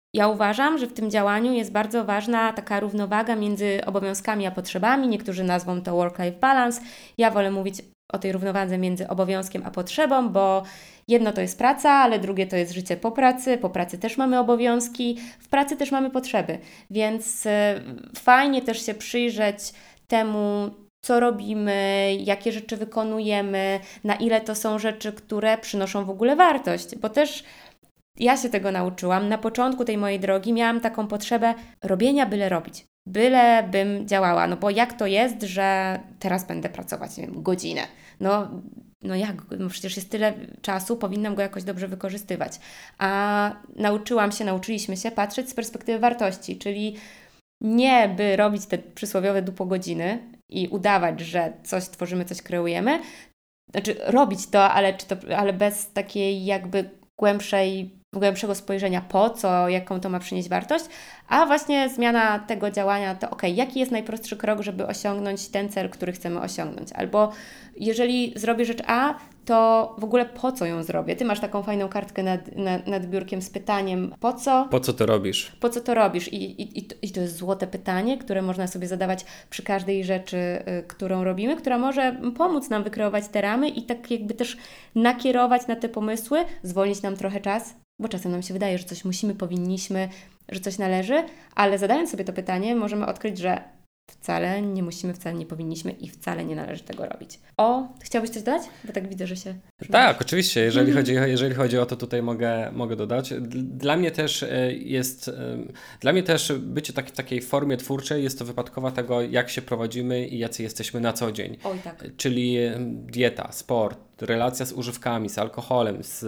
Ja uważam, że w tym działaniu jest bardzo ważna taka równowaga między obowiązkami a potrzebami. Niektórzy nazwą to work-life balance. Ja wolę mówić o tej równowadze między obowiązkiem a potrzebą, bo jedno to jest praca, ale drugie to jest życie po pracy. Po pracy też mamy obowiązki, w pracy też mamy potrzeby. Więc y, fajnie też się przyjrzeć temu, co robimy, jakie rzeczy wykonujemy, na ile to są rzeczy, które przynoszą w ogóle wartość, bo też ja się tego nauczyłam. Na początku tej mojej drogi miałam taką potrzebę robienia byle robić. Byle bym działała, no bo jak to jest, że teraz będę pracować, nie wiem, godzinę. No, no jak, no przecież jest tyle czasu, powinnam go jakoś dobrze wykorzystywać. A nauczyłam się, nauczyliśmy się patrzeć z perspektywy wartości, czyli nie by robić te przysłowiowe dupogodziny i udawać, że coś tworzymy, coś kreujemy. Znaczy robić to, ale, czy to, ale bez takiej jakby głębszej głębszego spojrzenia po co, jaką to ma przynieść wartość, a właśnie zmiana tego działania to ok, jaki jest najprostszy krok, żeby osiągnąć ten cel, który chcemy osiągnąć. Albo jeżeli zrobię rzecz A, to w ogóle po co ją zrobię? Ty masz taką fajną kartkę nad, nad, nad biurkiem z pytaniem po co? Po co to robisz? Po co to robisz? I, i, i, to, I to jest złote pytanie, które można sobie zadawać przy każdej rzeczy, y, którą robimy, która może pomóc nam wykreować te ramy i tak jakby też nakierować na te pomysły, zwolnić nam trochę czas, bo czasem nam się wydaje, że coś musimy, powinniśmy, że coś należy, ale zadając sobie to pytanie, możemy odkryć, że wcale nie musimy, wcale nie powinniśmy i wcale nie należy tego robić. O, chciałbyś coś dodać? Bo tak widzę, że się... Tak, oczywiście. Jeżeli chodzi, jeżeli chodzi o to, tutaj mogę, mogę dodać. Dla mnie też jest, dla mnie też bycie tak, w takiej formie twórczej jest to wypadkowa tego, jak się prowadzimy i jacy jesteśmy na co dzień. Oj, tak. Czyli dieta, sport, relacja z używkami, z alkoholem, z,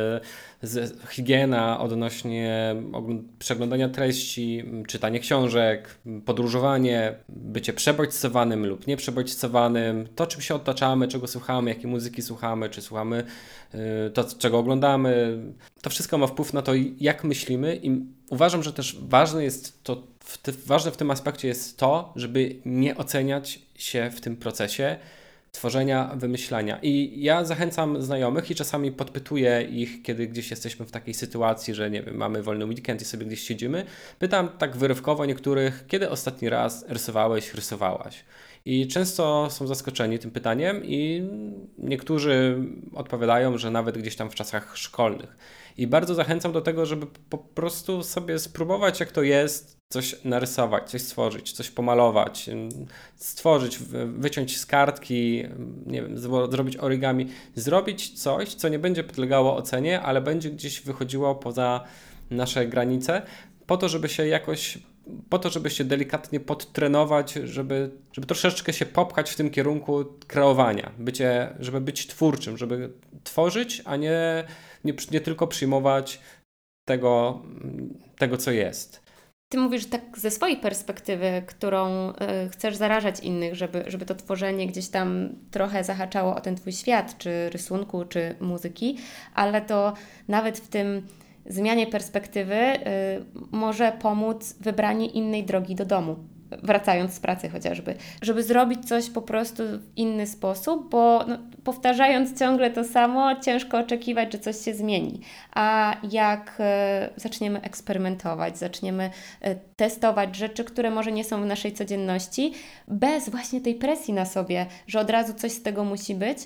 z higiena odnośnie przeglądania treści, czytanie książek, podróżowanie, bycie przebodźcowanym lub nieprzebodźcowanym, to czym się otaczamy, czego słuchamy, jakie muzyki słuchamy, czy słuchamy to, czego oglądamy. To wszystko ma wpływ na to, jak myślimy i uważam, że też ważne jest to, w ty, ważne w tym aspekcie jest to, żeby nie oceniać się w tym procesie tworzenia, wymyślania. I ja zachęcam znajomych i czasami podpytuję ich, kiedy gdzieś jesteśmy w takiej sytuacji, że nie wiem, mamy wolny weekend i sobie gdzieś siedzimy. Pytam tak wyrywkowo niektórych, kiedy ostatni raz rysowałeś, rysowałaś? I często są zaskoczeni tym pytaniem i niektórzy odpowiadają, że nawet gdzieś tam w czasach szkolnych. I bardzo zachęcam do tego, żeby po prostu sobie spróbować, jak to jest, coś narysować, coś stworzyć, coś pomalować, stworzyć, wyciąć z kartki, nie wiem, zrobić origami, zrobić coś, co nie będzie podlegało ocenie, ale będzie gdzieś wychodziło poza nasze granice, po to, żeby się jakoś, po to, żeby się delikatnie podtrenować, żeby, żeby troszeczkę się popchać w tym kierunku kreowania, bycie, żeby być twórczym, żeby tworzyć, a nie, nie, nie tylko przyjmować tego, tego, co jest. Ty mówisz tak ze swojej perspektywy, którą y, chcesz zarażać innych, żeby, żeby to tworzenie gdzieś tam trochę zahaczało o ten Twój świat, czy rysunku, czy muzyki, ale to nawet w tym zmianie perspektywy y, może pomóc wybranie innej drogi do domu, wracając z pracy chociażby, żeby zrobić coś po prostu w inny sposób, bo no, powtarzając ciągle to samo, ciężko oczekiwać, że coś się zmieni. A jak y, zaczniemy eksperymentować, zaczniemy y, testować rzeczy, które może nie są w naszej codzienności, bez właśnie tej presji na sobie, że od razu coś z tego musi być,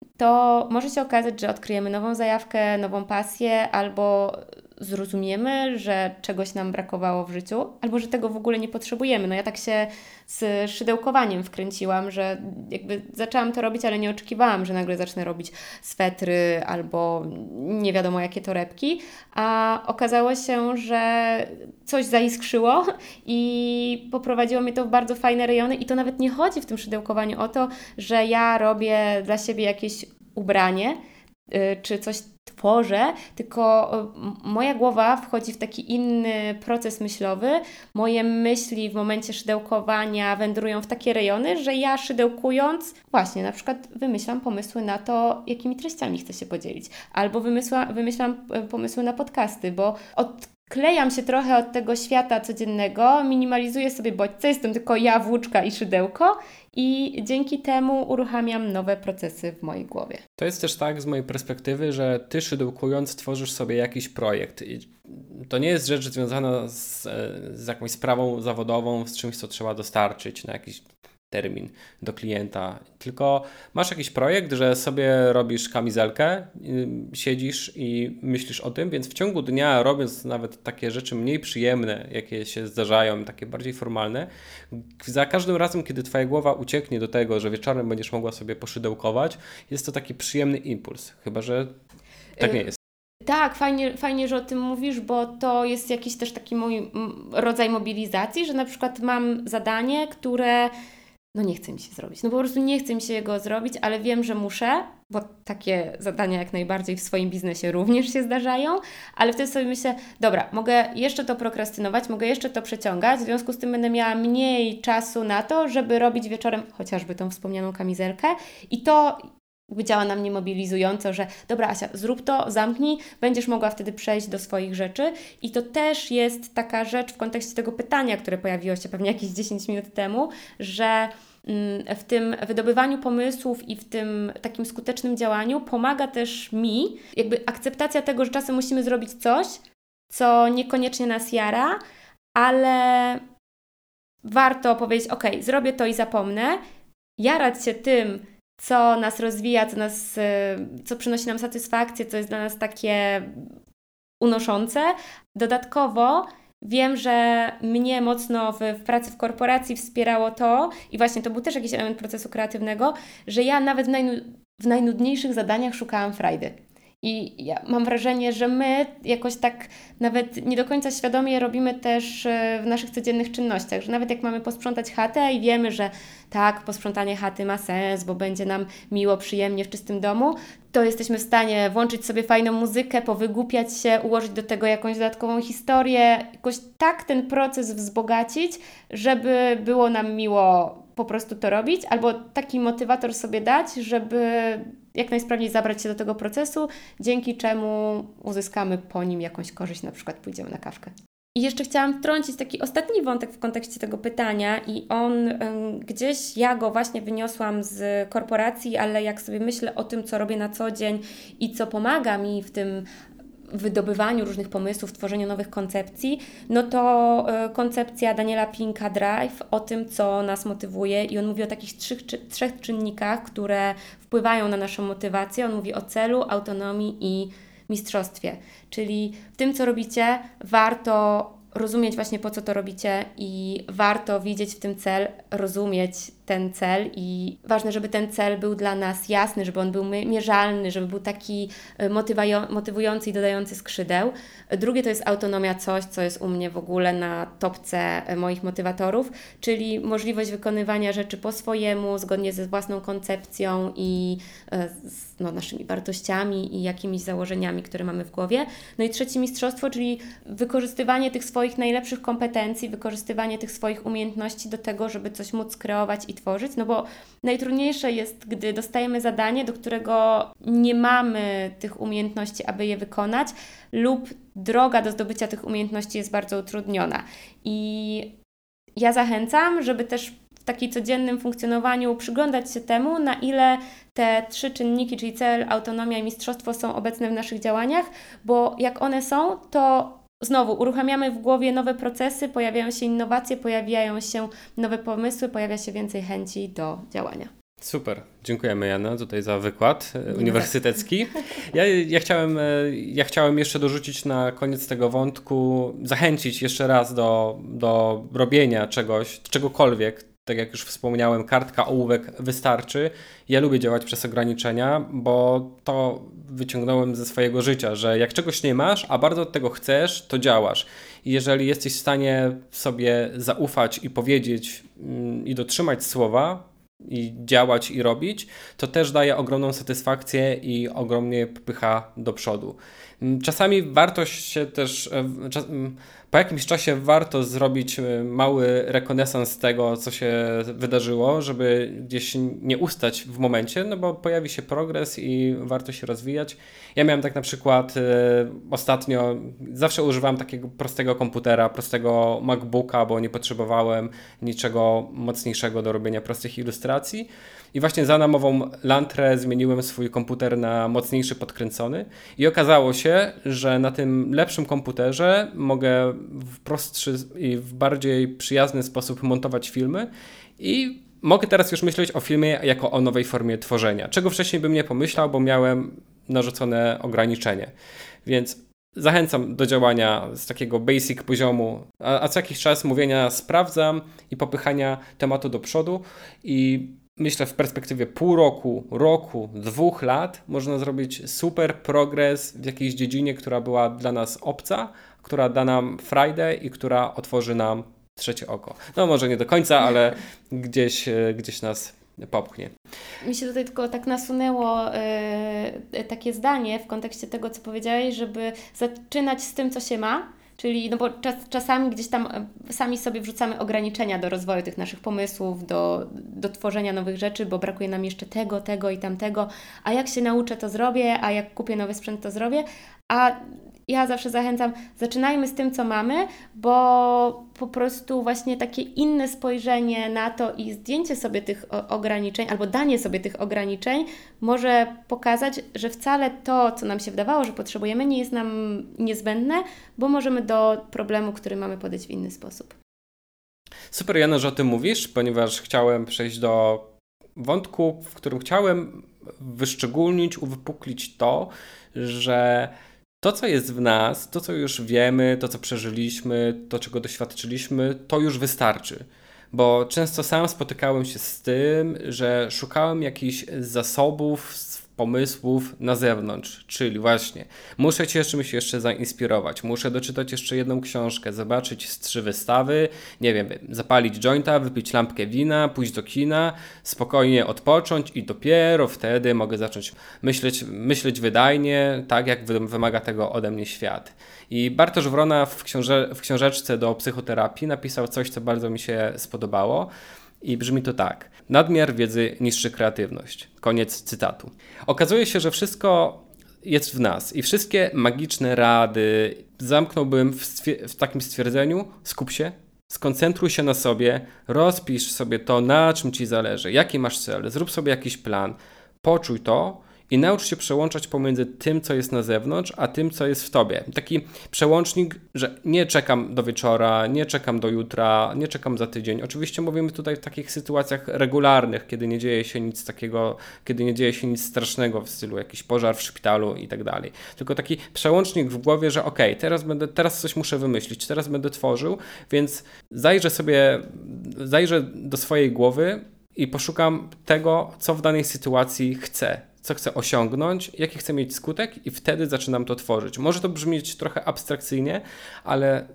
to może się okazać, że odkryjemy nową zajawkę, nową pasję, albo zrozumiemy, że czegoś nam brakowało w życiu, albo że tego w ogóle nie potrzebujemy. No ja tak się z szydełkowaniem wkręciłam, że jakby zaczęłam to robić, ale nie oczekiwałam, że nagle zacznę robić swetry albo nie wiadomo jakie torebki, a okazało się, że coś zaiskrzyło i poprowadziło mnie to w bardzo fajne rejony i to nawet nie chodzi w tym szydełkowaniu o to, że ja robię dla siebie jakieś ubranie, czy coś tworzę, tylko moja głowa wchodzi w taki inny proces myślowy. Moje myśli w momencie szydełkowania wędrują w takie rejony, że ja szydełkując właśnie na przykład wymyślam pomysły na to, jakimi treściami chcę się podzielić. Albo wymysła, wymyślam pomysły na podcasty, bo od odklejam się trochę od tego świata codziennego, minimalizuję sobie bodźce, jestem tylko ja, włóczka i szydełko i dzięki temu uruchamiam nowe procesy w mojej głowie. To jest też tak z mojej perspektywy, że ty szydełkując tworzysz sobie jakiś projekt. I to nie jest rzecz związana z, z jakąś sprawą zawodową, z czymś, co trzeba dostarczyć na jakiś termin do klienta, tylko masz jakiś projekt, że sobie robisz kamizelkę, yy, siedzisz i myślisz o tym, więc w ciągu dnia, robiąc nawet takie rzeczy mniej przyjemne, jakie się zdarzają, takie bardziej formalne, za każdym razem, kiedy twoja głowa ucieknie do tego, że wieczorem będziesz mogła sobie poszydełkować, jest to taki przyjemny impuls, chyba że tak nie jest. Tak, fajnie, fajnie, że o tym mówisz, bo to jest jakiś też taki mój rodzaj mobilizacji, że na przykład mam zadanie, które no nie chce mi się zrobić. No po prostu nie chce mi się jego zrobić, ale wiem, że muszę, bo takie zadania jak najbardziej w swoim biznesie również się zdarzają, ale wtedy sobie myślę, dobra, mogę jeszcze to prokrastynować, mogę jeszcze to przeciągać, w związku z tym będę miała mniej czasu na to, żeby robić wieczorem chociażby tą wspomnianą kamizelkę i to działa na mnie mobilizująco, że dobra Asia, zrób to, zamknij, będziesz mogła wtedy przejść do swoich rzeczy i to też jest taka rzecz w kontekście tego pytania, które pojawiło się pewnie jakieś dziesięć minut temu, że w tym wydobywaniu pomysłów i w tym takim skutecznym działaniu pomaga też mi jakby akceptacja tego, że czasem musimy zrobić coś, co niekoniecznie nas jara, ale warto powiedzieć, ok, zrobię to i zapomnę, jarać się tym, co nas rozwija, co, nas, co przynosi nam satysfakcję, co jest dla nas takie unoszące. Dodatkowo wiem, że mnie mocno w, w pracy w korporacji wspierało to i właśnie to był też jakiś element procesu kreatywnego, że ja nawet w, najnu, w najnudniejszych zadaniach szukałam frajdy. I ja mam wrażenie, że my jakoś tak nawet nie do końca świadomie robimy też w naszych codziennych czynnościach, że nawet jak mamy posprzątać chatę i wiemy, że tak, posprzątanie chaty ma sens, bo będzie nam miło, przyjemnie w czystym domu, to jesteśmy w stanie włączyć sobie fajną muzykę, powygłupiać się, ułożyć do tego jakąś dodatkową historię, jakoś tak ten proces wzbogacić, żeby było nam miło po prostu to robić, albo taki motywator sobie dać, żeby jak najsprawniej zabrać się do tego procesu, dzięki czemu uzyskamy po nim jakąś korzyść, na przykład pójdziemy na kawkę. I jeszcze chciałam wtrącić taki ostatni wątek w kontekście tego pytania i on ym, gdzieś, ja go właśnie wyniosłam z korporacji, ale jak sobie myślę o tym, co robię na co dzień i co pomaga mi w tym wydobywaniu różnych pomysłów, tworzeniu nowych koncepcji, no to y, koncepcja Daniela Pinka Drive o tym, co nas motywuje i on mówi o takich trzech, czy, trzech czynnikach, które wpływają na naszą motywację. On mówi o celu, autonomii i mistrzostwie, czyli w tym, co robicie, warto rozumieć właśnie, po co to robicie i warto widzieć w tym cel, rozumieć ten cel i ważne, żeby ten cel był dla nas jasny, żeby on był mierzalny, żeby był taki motywujący i dodający skrzydeł. Drugie to jest autonomia, coś, co jest u mnie w ogóle na topce moich motywatorów, czyli możliwość wykonywania rzeczy po swojemu, zgodnie ze własną koncepcją i z no, naszymi wartościami i jakimiś założeniami, które mamy w głowie. No i trzecie mistrzostwo, czyli wykorzystywanie tych swoich najlepszych kompetencji, wykorzystywanie tych swoich umiejętności do tego, żeby coś móc kreować i tworzyć, no bo najtrudniejsze jest, gdy dostajemy zadanie, do którego nie mamy tych umiejętności, aby je wykonać, lub droga do zdobycia tych umiejętności jest bardzo utrudniona. I ja zachęcam, żeby też w takim codziennym funkcjonowaniu przyglądać się temu, na ile te trzy czynniki, czyli cel, autonomia i mistrzostwo są obecne w naszych działaniach, bo jak one są, to znowu uruchamiamy w głowie nowe procesy, pojawiają się innowacje, pojawiają się nowe pomysły, pojawia się więcej chęci do działania. Super, dziękujemy Jana tutaj za wykład uniwersytecki. Ja, ja, chciałem, ja chciałem jeszcze dorzucić na koniec tego wątku, zachęcić jeszcze raz do, do robienia czegoś, czegokolwiek. Tak jak już wspomniałem, kartka, ołówek wystarczy. Ja lubię działać przez ograniczenia, bo to wyciągnąłem ze swojego życia, że jak czegoś nie masz, a bardzo od tego chcesz, to działasz. I jeżeli jesteś w stanie sobie zaufać i powiedzieć yy, i dotrzymać słowa, i działać i robić, to też daje ogromną satysfakcję i ogromnie popycha do przodu. Czasami warto się też, czas, po jakimś czasie warto zrobić mały rekonesans tego, co się wydarzyło, żeby gdzieś nie ustać w momencie, no bo pojawi się progres i warto się rozwijać. Ja miałem tak na przykład y, ostatnio, zawsze używałem takiego prostego komputera, prostego MacBooka, bo nie potrzebowałem niczego mocniejszego do robienia prostych ilustracji. I właśnie za namową Lantre zmieniłem swój komputer na mocniejszy, podkręcony i okazało się, że na tym lepszym komputerze mogę w prostszy i w bardziej przyjazny sposób montować filmy i mogę teraz już myśleć o filmie jako o nowej formie tworzenia, czego wcześniej bym nie pomyślał, bo miałem narzucone ograniczenie. Więc zachęcam do działania z takiego basic poziomu, a, a co jakiś czas mówienia sprawdzam i popychania tematu do przodu i myślę, w perspektywie pół roku, roku, dwóch lat można zrobić super progres w jakiejś dziedzinie, która była dla nas obca, która da nam frajdę i która otworzy nam trzecie oko. No może nie do końca, ale gdzieś, gdzieś nas popchnie. Mi się tutaj tylko tak nasunęło yy, takie zdanie w kontekście tego, co powiedziałeś, żeby zaczynać z tym, co się ma. Czyli, no bo czas, czasami gdzieś tam sami sobie wrzucamy ograniczenia do rozwoju tych naszych pomysłów, do, do tworzenia nowych rzeczy, bo brakuje nam jeszcze tego, tego i tamtego, a jak się nauczę, to zrobię, a jak kupię nowy sprzęt, to zrobię, a ja zawsze zachęcam, zaczynajmy z tym, co mamy, bo po prostu właśnie takie inne spojrzenie na to i zdjęcie sobie tych ograniczeń, albo danie sobie tych ograniczeń może pokazać, że wcale to, co nam się wydawało, że potrzebujemy, nie jest nam niezbędne, bo możemy do problemu, który mamy, podejść w inny sposób. Super, Jana, że o tym mówisz, ponieważ chciałem przejść do wątku, w którym chciałem wyszczególnić, uwypuklić to, że to, co jest w nas, to, co już wiemy, to, co przeżyliśmy, to, czego doświadczyliśmy, to już wystarczy. Bo często sam spotykałem się z tym, że szukałem jakichś zasobów, pomysłów na zewnątrz, czyli właśnie muszę się czymś jeszcze zainspirować, muszę doczytać jeszcze jedną książkę, zobaczyć z trzy wystawy, nie wiem, zapalić jointa, wypić lampkę wina, pójść do kina, spokojnie odpocząć i dopiero wtedy mogę zacząć myśleć, myśleć wydajnie, tak jak wymaga tego ode mnie świat. I Bartosz Wrona w, książe, w książeczce do psychoterapii napisał coś, co bardzo mi się spodobało. I brzmi to tak. Nadmiar wiedzy niszczy kreatywność. Koniec cytatu. Okazuje się, że wszystko jest w nas i wszystkie magiczne rady zamknąłbym w, stwier- w takim stwierdzeniu: skup się, skoncentruj się na sobie, rozpisz sobie to, na czym ci zależy, jaki masz cel, zrób sobie jakiś plan, poczuj to i naucz się przełączać pomiędzy tym, co jest na zewnątrz, a tym, co jest w tobie. Taki przełącznik, że nie czekam do wieczora, nie czekam do jutra, nie czekam za tydzień. Oczywiście mówimy tutaj w takich sytuacjach regularnych, kiedy nie dzieje się nic takiego, kiedy nie dzieje się nic strasznego w stylu jakiś pożar w szpitalu i tak dalej. Tylko taki przełącznik w głowie, że okej, okay, teraz będę, teraz coś muszę wymyślić, teraz będę tworzył, więc zajrzę sobie, zajrzę do swojej głowy i poszukam tego, co w danej sytuacji chcę. Co chcę osiągnąć, jaki chcę mieć skutek i wtedy zaczynam to tworzyć. Może to brzmieć trochę abstrakcyjnie, ale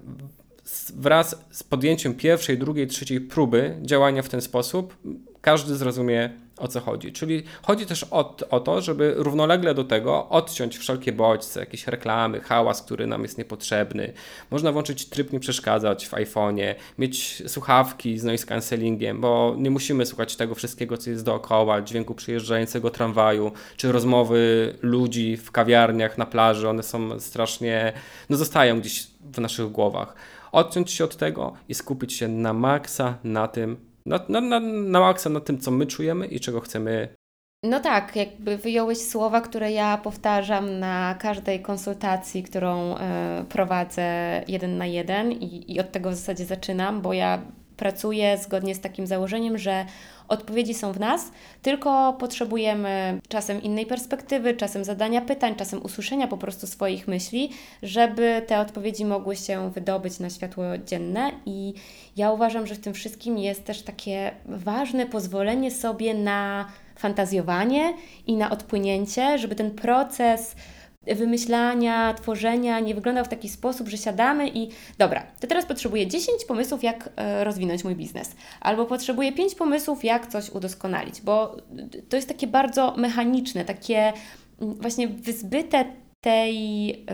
wraz z podjęciem pierwszej, drugiej, trzeciej próby działania w ten sposób każdy zrozumie, o co chodzi. Czyli chodzi też o, o to, żeby równolegle do tego odciąć wszelkie bodźce, jakieś reklamy, hałas, który nam jest niepotrzebny. Można włączyć tryb nie przeszkadzać w iPhone'ie, mieć słuchawki z noise cancellingiem, bo nie musimy słuchać tego wszystkiego, co jest dookoła, dźwięku przyjeżdżającego tramwaju, czy rozmowy ludzi w kawiarniach, na plaży. One są strasznie, no zostają gdzieś w naszych głowach. Odciąć się od tego i skupić się na maksa na tym, Na, na, na, na maksa na tym, co my czujemy i czego chcemy. No tak, jakby wyjąłeś słowa, które ja powtarzam na każdej konsultacji, którą y, prowadzę jeden na jeden i, i od tego w zasadzie zaczynam, bo ja pracuję zgodnie z takim założeniem, że odpowiedzi są w nas, tylko potrzebujemy czasem innej perspektywy, czasem zadania pytań, czasem usłyszenia po prostu swoich myśli, żeby te odpowiedzi mogły się wydobyć na światło dzienne. I ja uważam, że w tym wszystkim jest też takie ważne pozwolenie sobie na fantazjowanie i na odpłynięcie, żeby ten proces wymyślania, tworzenia nie wyglądał w taki sposób, że siadamy i dobra, to teraz potrzebuję dziesięć pomysłów, jak e, rozwinąć mój biznes, albo potrzebuję pięć pomysłów, jak coś udoskonalić, bo to jest takie bardzo mechaniczne, takie właśnie wyzbyte tej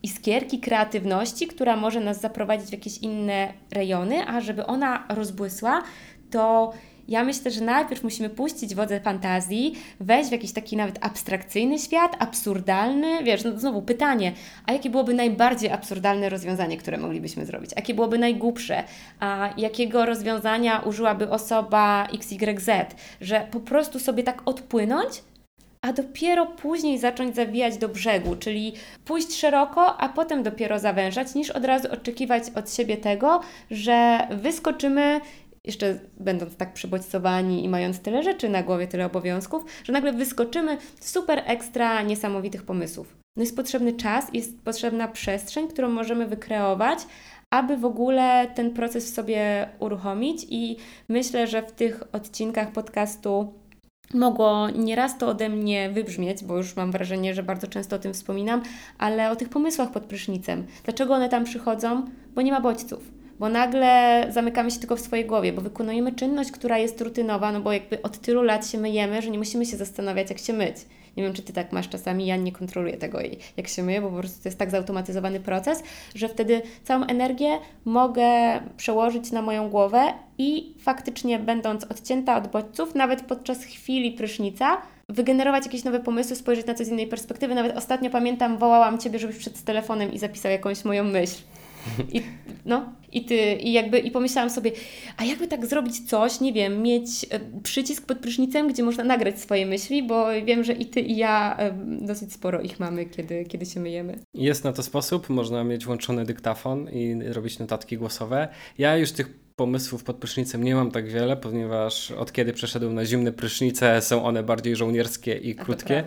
iskierki kreatywności, która może nas zaprowadzić w jakieś inne rejony, a żeby ona rozbłysła, to ja myślę, że najpierw musimy puścić wodze fantazji, wejść w jakiś taki nawet abstrakcyjny świat, absurdalny, wiesz, no znowu pytanie, a jakie byłoby najbardziej absurdalne rozwiązanie, które moglibyśmy zrobić? Jakie byłoby najgłupsze? A jakiego rozwiązania użyłaby osoba X Y Z? Że po prostu sobie tak odpłynąć, a dopiero później zacząć zawijać do brzegu, czyli pójść szeroko, a potem dopiero zawężać, niż od razu oczekiwać od siebie tego, że wyskoczymy, jeszcze będąc tak przebodźcowani i mając tyle rzeczy na głowie, tyle obowiązków, że nagle wyskoczymy z super ekstra niesamowitych pomysłów. No jest potrzebny czas, jest potrzebna przestrzeń, którą możemy wykreować, aby w ogóle ten proces w sobie uruchomić i myślę, że w tych odcinkach podcastu mogło nieraz to ode mnie wybrzmieć, bo już mam wrażenie, że bardzo często o tym wspominam, ale o tych pomysłach pod prysznicem. Dlaczego one tam przychodzą? Bo nie ma bodźców. Bo nagle zamykamy się tylko w swojej głowie, bo wykonujemy czynność, która jest rutynowa, no bo jakby od tylu lat się myjemy, że nie musimy się zastanawiać, jak się myć. Nie wiem, czy Ty tak masz czasami, ja nie kontroluję tego, jak się myję, bo po prostu to jest tak zautomatyzowany proces, że wtedy całą energię mogę przełożyć na moją głowę i faktycznie będąc odcięta od bodźców, nawet podczas chwili prysznica, wygenerować jakieś nowe pomysły, spojrzeć na coś z innej perspektywy. Nawet ostatnio pamiętam, wołałam Ciebie, żebyś przed telefonem i zapisał jakąś moją myśl. I, no, i ty, i jakby, i pomyślałam sobie, a jakby tak zrobić coś, nie wiem, mieć przycisk pod prysznicem, gdzie można nagrać swoje myśli, bo wiem, że i ty, i ja dosyć sporo ich mamy, kiedy, kiedy się myjemy. Jest na to sposób, można mieć włączony dyktafon i robić notatki głosowe. Ja już tych pomysłów pod prysznicem nie mam tak wiele, ponieważ od kiedy przeszedłem na zimne prysznice, są one bardziej żołnierskie i krótkie.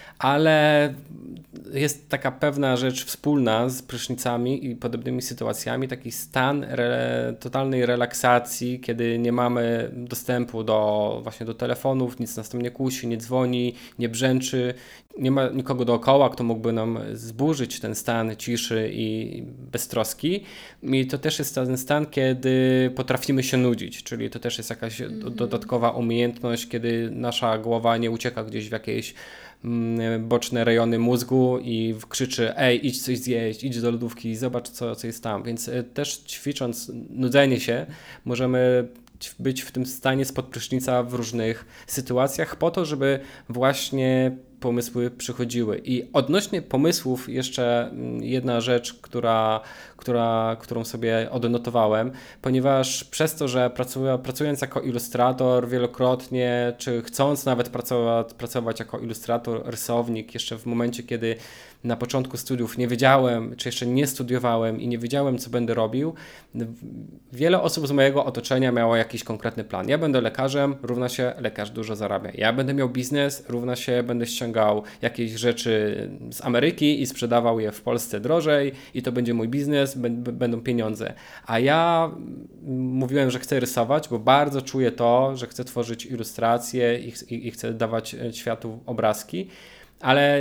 Ale jest taka pewna rzecz wspólna z prysznicami i podobnymi sytuacjami, taki stan re, totalnej relaksacji, kiedy nie mamy dostępu do właśnie do telefonów, nic nas tam nie kusi, nie dzwoni, nie brzęczy, nie ma nikogo dookoła, kto mógłby nam zburzyć ten stan ciszy i beztroski. I to też jest ten stan, kiedy potrafimy się nudzić, czyli to też jest jakaś mm-hmm. dodatkowa umiejętność, kiedy nasza głowa nie ucieka gdzieś w jakieś boczne rejony mózgu i krzyczy: ej, idź coś zjeść, idź do lodówki, zobacz co, co jest tam. Więc też ćwicząc nudzenie się, możemy być w tym stanie spod prysznica w różnych sytuacjach po to, żeby właśnie pomysły przychodziły. I odnośnie pomysłów jeszcze jedna rzecz, która, która, którą sobie odnotowałem, ponieważ przez to, że pracuję, pracując jako ilustrator wielokrotnie, czy chcąc nawet pracować, pracować jako ilustrator, rysownik, jeszcze w momencie, kiedy na początku studiów nie wiedziałem, czy jeszcze nie studiowałem i nie wiedziałem, co będę robił, wiele osób z mojego otoczenia miało jakiś konkretny plan. Ja będę lekarzem, równa się lekarz dużo zarabia. Ja będę miał biznes, równa się będę ściągał jakieś rzeczy z Ameryki i sprzedawał je w Polsce drożej i to będzie mój biznes, b- b- będą pieniądze. A ja mówiłem, że chcę rysować, bo bardzo czuję to, że chcę tworzyć ilustracje i, i, i chcę dawać światu obrazki, ale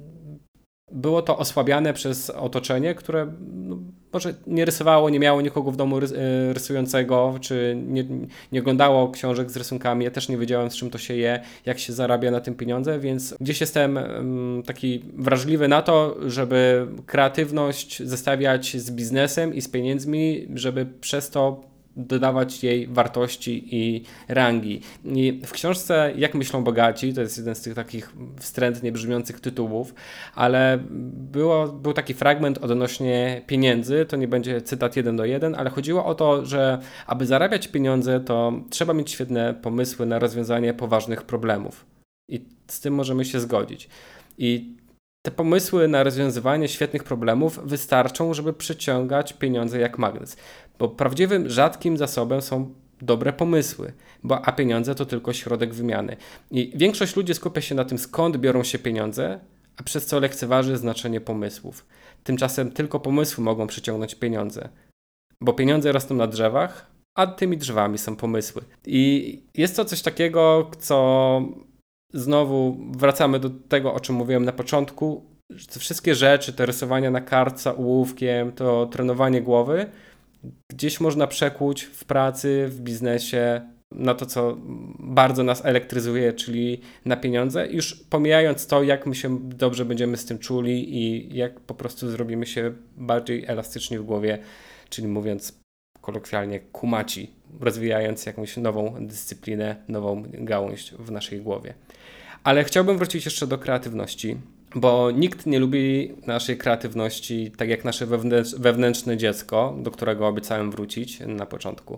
było to osłabiane przez otoczenie, które no, może nie rysowało, nie miało nikogo w domu rysującego, czy nie, nie oglądało książek z rysunkami. Ja też nie wiedziałem, z czym to się je, jak się zarabia na tym pieniądze, więc gdzieś jestem um, taki wrażliwy na to, żeby kreatywność zestawiać z biznesem i z pieniędzmi, żeby przez to dodawać jej wartości i rangi. I w książce Jak myślą bogaci, to jest jeden z tych takich wstrętnie brzmiących tytułów, ale było, był taki fragment odnośnie pieniędzy, to nie będzie cytat jeden do jeden, ale chodziło o to, że aby zarabiać pieniądze, to trzeba mieć świetne pomysły na rozwiązanie poważnych problemów. I z tym możemy się zgodzić. I te pomysły na rozwiązywanie świetnych problemów wystarczą, żeby przyciągać pieniądze jak magnes. Bo prawdziwym, rzadkim zasobem są dobre pomysły, bo, a pieniądze to tylko środek wymiany. I większość ludzi skupia się na tym, skąd biorą się pieniądze, a przez co lekceważy znaczenie pomysłów. Tymczasem tylko pomysły mogą przyciągnąć pieniądze, bo pieniądze rosną na drzewach, a tymi drzewami są pomysły. I jest to coś takiego, co znowu wracamy do tego, o czym mówiłem na początku. Te wszystkie rzeczy, te rysowania na kartce ołówkiem, to trenowanie głowy, gdzieś można przekuć w pracy, w biznesie na to, co bardzo nas elektryzuje, czyli na pieniądze, już pomijając to, jak my się dobrze będziemy z tym czuli i jak po prostu zrobimy się bardziej elastyczni w głowie, czyli mówiąc kolokwialnie kumaci, rozwijając jakąś nową dyscyplinę, nową gałąź w naszej głowie. Ale chciałbym wrócić jeszcze do kreatywności, bo nikt nie lubi naszej kreatywności tak jak nasze wewnętrz- wewnętrzne dziecko, do którego obiecałem wrócić na początku.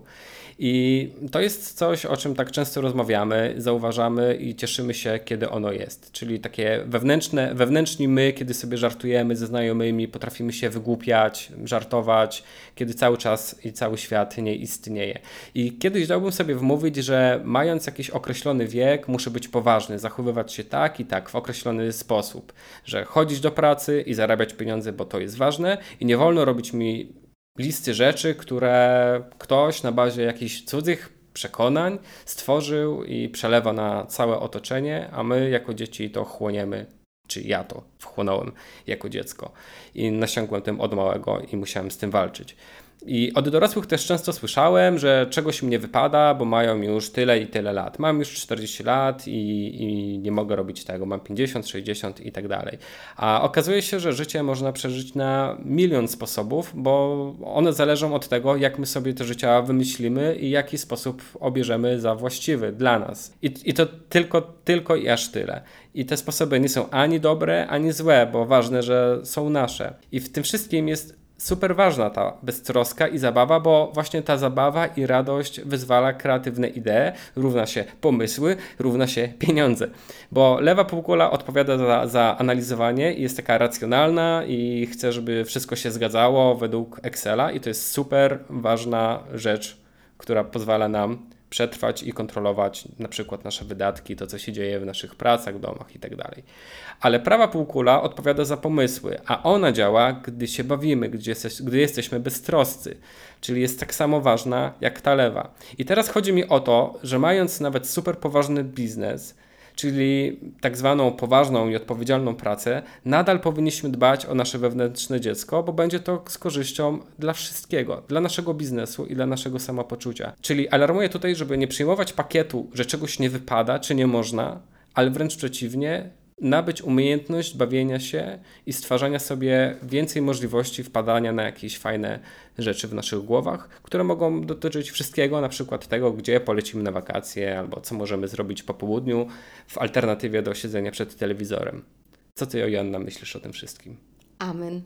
I to jest coś, o czym tak często rozmawiamy, zauważamy i cieszymy się, kiedy ono jest. Czyli takie wewnętrzne, wewnętrzni my, kiedy sobie żartujemy ze znajomymi, potrafimy się wygłupiać, żartować, kiedy cały czas i cały świat nie istnieje. I kiedyś dałbym sobie wmówić, że mając jakiś określony wiek, muszę być poważny, zachowywać się tak i tak w określony sposób, że chodzić do pracy i zarabiać pieniądze, bo to jest ważne i nie wolno robić mi listy rzeczy, które ktoś na bazie jakichś cudzych przekonań stworzył i przelewa na całe otoczenie, a my jako dzieci to chłoniemy, czy ja to wchłonąłem jako dziecko i nasiągłem tym od małego i musiałem z tym walczyć. I od dorosłych też często słyszałem, że czegoś mi nie wypada, bo mają już tyle i tyle lat. Mam już czterdzieści lat i, i nie mogę robić tego, mam pięćdziesiąt, sześćdziesiąt i tak dalej. A okazuje się, że życie można przeżyć na milion sposobów, bo one zależą od tego, jak my sobie te życia wymyślimy i jaki sposób obierzemy za właściwy dla nas. I, i to tylko, tylko i aż tyle. I te sposoby nie są ani dobre, ani złe, bo ważne, że są nasze. I w tym wszystkim jest super ważna ta beztroska i zabawa, bo właśnie ta zabawa i radość wyzwala kreatywne idee, równa się pomysły, równa się pieniądze. Bo lewa półkula odpowiada za, za analizowanie i jest taka racjonalna i chce, żeby wszystko się zgadzało według Excela i to jest super ważna rzecz, która pozwala nam przetrwać i kontrolować na przykład nasze wydatki, to co się dzieje w naszych pracach, domach i tak dalej. Ale prawa półkula odpowiada za pomysły, a ona działa, gdy się bawimy, gdy, jesteś, gdy jesteśmy beztroscy, czyli jest tak samo ważna jak ta lewa. I teraz chodzi mi o to, że mając nawet super poważny biznes, czyli tak zwaną poważną i odpowiedzialną pracę, nadal powinniśmy dbać o nasze wewnętrzne dziecko, bo będzie to z korzyścią dla wszystkiego, dla naszego biznesu i dla naszego samopoczucia. Czyli alarmuję tutaj, żeby nie przyjmować pakietu, że czegoś nie wypada, czy nie można, ale wręcz przeciwnie, nabyć umiejętność bawienia się i stwarzania sobie więcej możliwości wpadania na jakieś fajne rzeczy w naszych głowach, które mogą dotyczyć wszystkiego, na przykład tego, gdzie polecimy na wakacje albo co możemy zrobić po południu w alternatywie do siedzenia przed telewizorem. Co ty, Joanna, myślisz o tym wszystkim? Amen.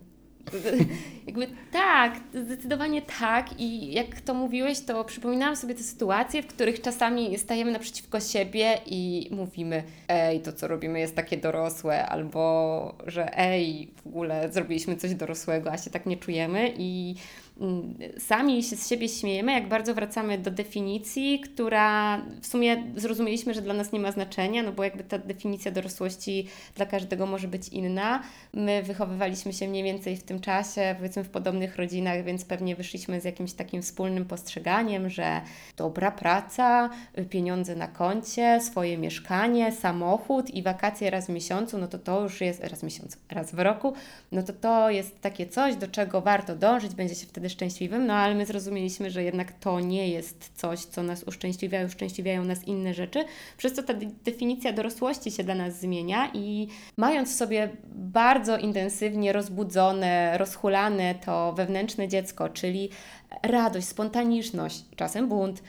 Jakby tak, zdecydowanie tak i jak to mówiłeś, to przypominałam sobie te sytuacje, w których czasami stajemy naprzeciwko siebie i mówimy: ej, to co robimy jest takie dorosłe, albo że ej, w ogóle zrobiliśmy coś dorosłego, a się tak nie czujemy i sami się z siebie śmiejemy, jak bardzo wracamy do definicji, która w sumie zrozumieliśmy, że dla nas nie ma znaczenia, no bo jakby ta definicja dorosłości dla każdego może być inna. My wychowywaliśmy się mniej więcej w tym czasie, powiedzmy w podobnych rodzinach, więc pewnie wyszliśmy z jakimś takim wspólnym postrzeganiem, że dobra praca, pieniądze na koncie, swoje mieszkanie, samochód i wakacje raz w miesiącu, no to to już jest, raz w miesiącu, raz w roku, no to to jest takie coś, do czego warto dążyć, będzie się wtedy szczęśliwym, no ale my zrozumieliśmy, że jednak to nie jest coś, co nas uszczęśliwia, uszczęśliwiają nas inne rzeczy, przez co ta de- definicja dorosłości się dla nas zmienia i mając w sobie bardzo intensywnie rozbudzone, rozhulane to wewnętrzne dziecko, czyli radość, spontaniczność, czasem bunt,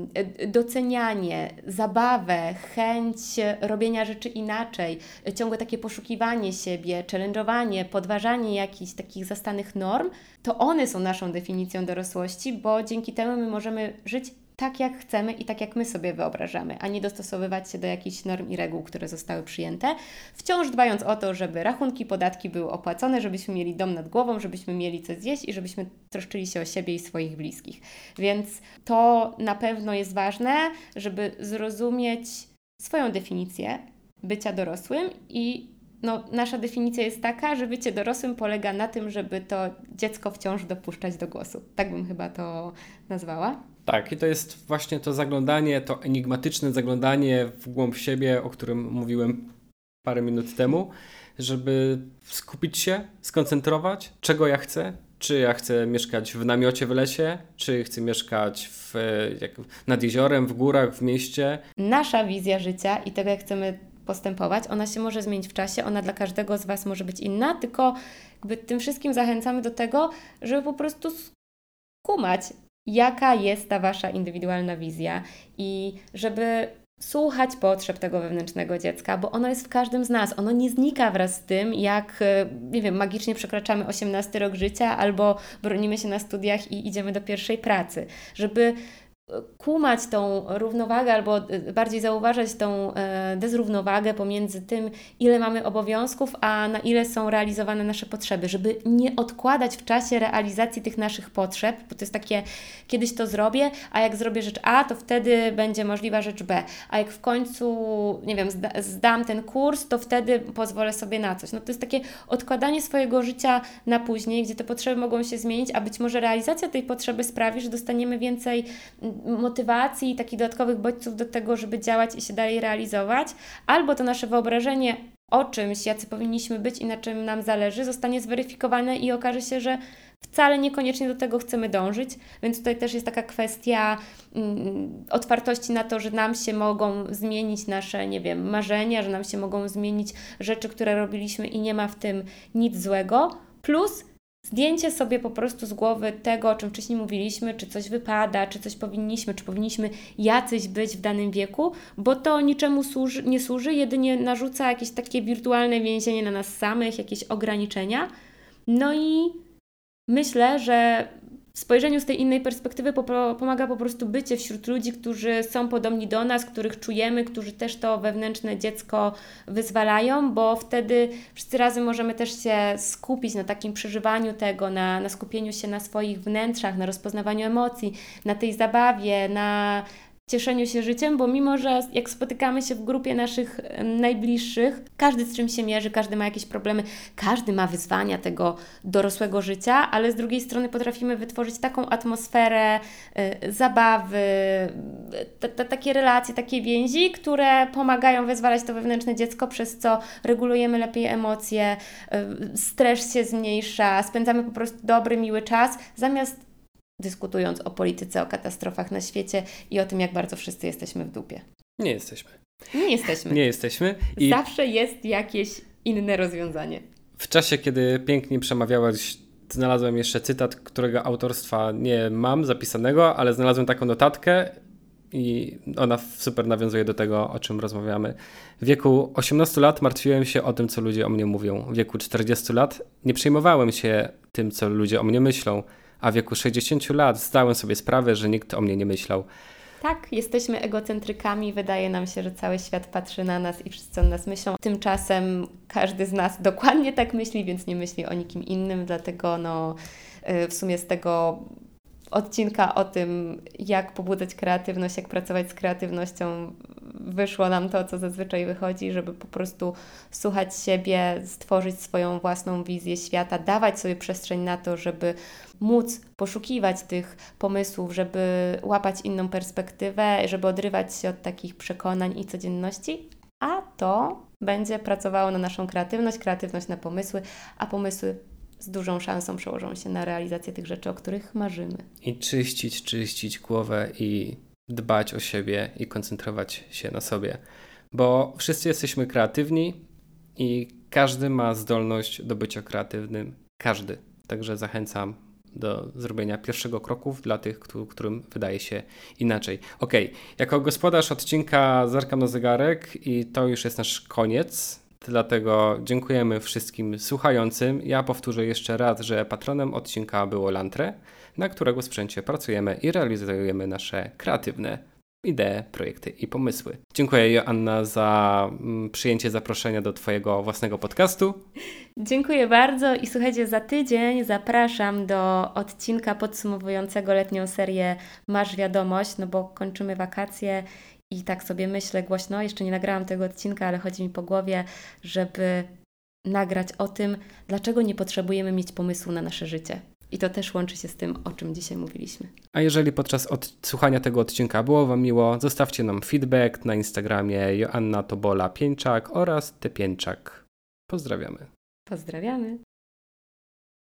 docenianie, zabawę, chęć robienia rzeczy inaczej, ciągłe takie poszukiwanie siebie, challenge'owanie, podważanie jakichś takich zastanych norm, to one są naszą definicją dorosłości, bo dzięki temu my możemy żyć tak, jak chcemy i tak, jak my sobie wyobrażamy, a nie dostosowywać się do jakichś norm i reguł, które zostały przyjęte, wciąż dbając o to, żeby rachunki, podatki były opłacone, żebyśmy mieli dom nad głową, żebyśmy mieli co zjeść i żebyśmy troszczyli się o siebie i swoich bliskich. Więc to na pewno jest ważne, żeby zrozumieć swoją definicję bycia dorosłym i no, nasza definicja jest taka, że bycie dorosłym polega na tym, żeby to dziecko wciąż dopuszczać do głosu. Tak bym chyba to nazwała. Tak, i to jest właśnie to zaglądanie, to enigmatyczne zaglądanie w głąb siebie, o którym mówiłem parę minut temu, żeby skupić się, skoncentrować, czego ja chcę czy ja chcę mieszkać w namiocie w lesie, czy chcę mieszkać w, jak, nad jeziorem, w górach, w mieście. Nasza wizja życia i tego, jak chcemy postępować, ona się może zmienić w czasie, ona dla każdego z Was może być inna, tylko jakby tym wszystkim zachęcamy do tego, żeby po prostu skumać, jaka jest ta Wasza indywidualna wizja i żeby słuchać potrzeb tego wewnętrznego dziecka, bo ono jest w każdym z nas. Ono nie znika wraz z tym, jak, nie wiem, magicznie przekraczamy osiemnasty rok życia albo bronimy się na studiach i idziemy do pierwszej pracy. Żeby kumać tą równowagę albo bardziej zauważać tą dezrównowagę pomiędzy tym, ile mamy obowiązków, a na ile są realizowane nasze potrzeby, żeby nie odkładać w czasie realizacji tych naszych potrzeb, bo to jest takie, kiedyś to zrobię, a jak zrobię rzecz A, to wtedy będzie możliwa rzecz B, a jak w końcu, nie wiem, zdam ten kurs, to wtedy pozwolę sobie na coś. No to jest takie odkładanie swojego życia na później, gdzie te potrzeby mogą się zmienić, a być może realizacja tej potrzeby sprawi, że dostaniemy więcej motywacji i takich dodatkowych bodźców do tego, żeby działać i się dalej realizować, albo to nasze wyobrażenie o czymś, jacy powinniśmy być i na czym nam zależy, zostanie zweryfikowane i okaże się, że wcale niekoniecznie do tego chcemy dążyć, więc tutaj też jest taka kwestia mm, otwartości na to, że nam się mogą zmienić nasze, nie wiem, marzenia, że nam się mogą zmienić rzeczy, które robiliśmy i nie ma w tym nic złego, plus zdjęcie sobie po prostu z głowy tego, o czym wcześniej mówiliśmy, czy coś wypada, czy coś powinniśmy, czy powinniśmy jacyś być w danym wieku, bo to niczemu służy, nie służy, jedynie narzuca jakieś takie wirtualne więzienie na nas samych, jakieś ograniczenia. No i myślę, że w spojrzeniu z tej innej perspektywy pomaga po prostu bycie wśród ludzi, którzy są podobni do nas, których czujemy, którzy też to wewnętrzne dziecko wyzwalają, bo wtedy wszyscy razem możemy też się skupić na takim przeżywaniu tego, na, na skupieniu się na swoich wnętrzach, na rozpoznawaniu emocji, na tej zabawie, na cieszeniu się życiem, bo mimo, że jak spotykamy się w grupie naszych najbliższych, każdy z czym się mierzy, każdy ma jakieś problemy, każdy ma wyzwania tego dorosłego życia, ale z drugiej strony potrafimy wytworzyć taką atmosferę y, zabawy, t- t- takie relacje, takie więzi, które pomagają wyzwalać to wewnętrzne dziecko, przez co regulujemy lepiej emocje, y, stres się zmniejsza, spędzamy po prostu dobry, miły czas, zamiast dyskutując o polityce, o katastrofach na świecie i o tym, jak bardzo wszyscy jesteśmy w dupie. Nie jesteśmy. Nie jesteśmy. Nie jesteśmy. I zawsze jest jakieś inne rozwiązanie. W czasie, kiedy pięknie przemawiałaś, znalazłem jeszcze cytat, którego autorstwa nie mam zapisanego, ale znalazłem taką notatkę i ona super nawiązuje do tego, o czym rozmawiamy. W wieku osiemnastu lat martwiłem się o tym, co ludzie o mnie mówią. W wieku czterdziestu lat nie przejmowałem się tym, co ludzie o mnie myślą. A w wieku sześćdziesięciu lat zdałem sobie sprawę, że nikt o mnie nie myślał. Tak, jesteśmy egocentrykami, wydaje nam się, że cały świat patrzy na nas i wszyscy o nas myślą. Tymczasem każdy z nas dokładnie tak myśli, więc nie myśli o nikim innym, dlatego no, w sumie z tego odcinka o tym, jak pobudzać kreatywność, jak pracować z kreatywnością, wyszło nam to, co zazwyczaj wychodzi, żeby po prostu słuchać siebie, stworzyć swoją własną wizję świata, dawać sobie przestrzeń na to, żeby móc poszukiwać tych pomysłów, żeby łapać inną perspektywę, żeby odrywać się od takich przekonań i codzienności, a to będzie pracowało na naszą kreatywność, kreatywność na pomysły, a pomysły z dużą szansą przełożą się na realizację tych rzeczy, o których marzymy. I czyścić, czyścić głowę i dbać o siebie i koncentrować się na sobie, bo wszyscy jesteśmy kreatywni i każdy ma zdolność do bycia kreatywnym. Każdy. Także zachęcam do zrobienia pierwszego kroku dla tych, którym wydaje się inaczej. Okej, okay. Jako gospodarz odcinka zerkam na zegarek i to już jest nasz koniec. Dlatego dziękujemy wszystkim słuchającym. Ja powtórzę jeszcze raz, że patronem odcinka było Lantre, na którego sprzęcie pracujemy i realizujemy nasze kreatywne idee, projekty i pomysły. Dziękuję Joanna za przyjęcie zaproszenia do Twojego własnego podcastu. Dziękuję bardzo i słuchajcie, za tydzień zapraszam do odcinka podsumowującego letnią serię Masz Wiadomość, no bo kończymy wakacje. I tak sobie myślę głośno, jeszcze nie nagrałam tego odcinka, ale chodzi mi po głowie, żeby nagrać o tym, dlaczego nie potrzebujemy mieć pomysłu na nasze życie. I to też łączy się z tym, o czym dzisiaj mówiliśmy. A jeżeli podczas odsłuchania tego odcinka było Wam miło, zostawcie nam feedback na Instagramie Joanna Tobola Pieńczak oraz Te Pieńczak. Pozdrawiamy. Pozdrawiamy.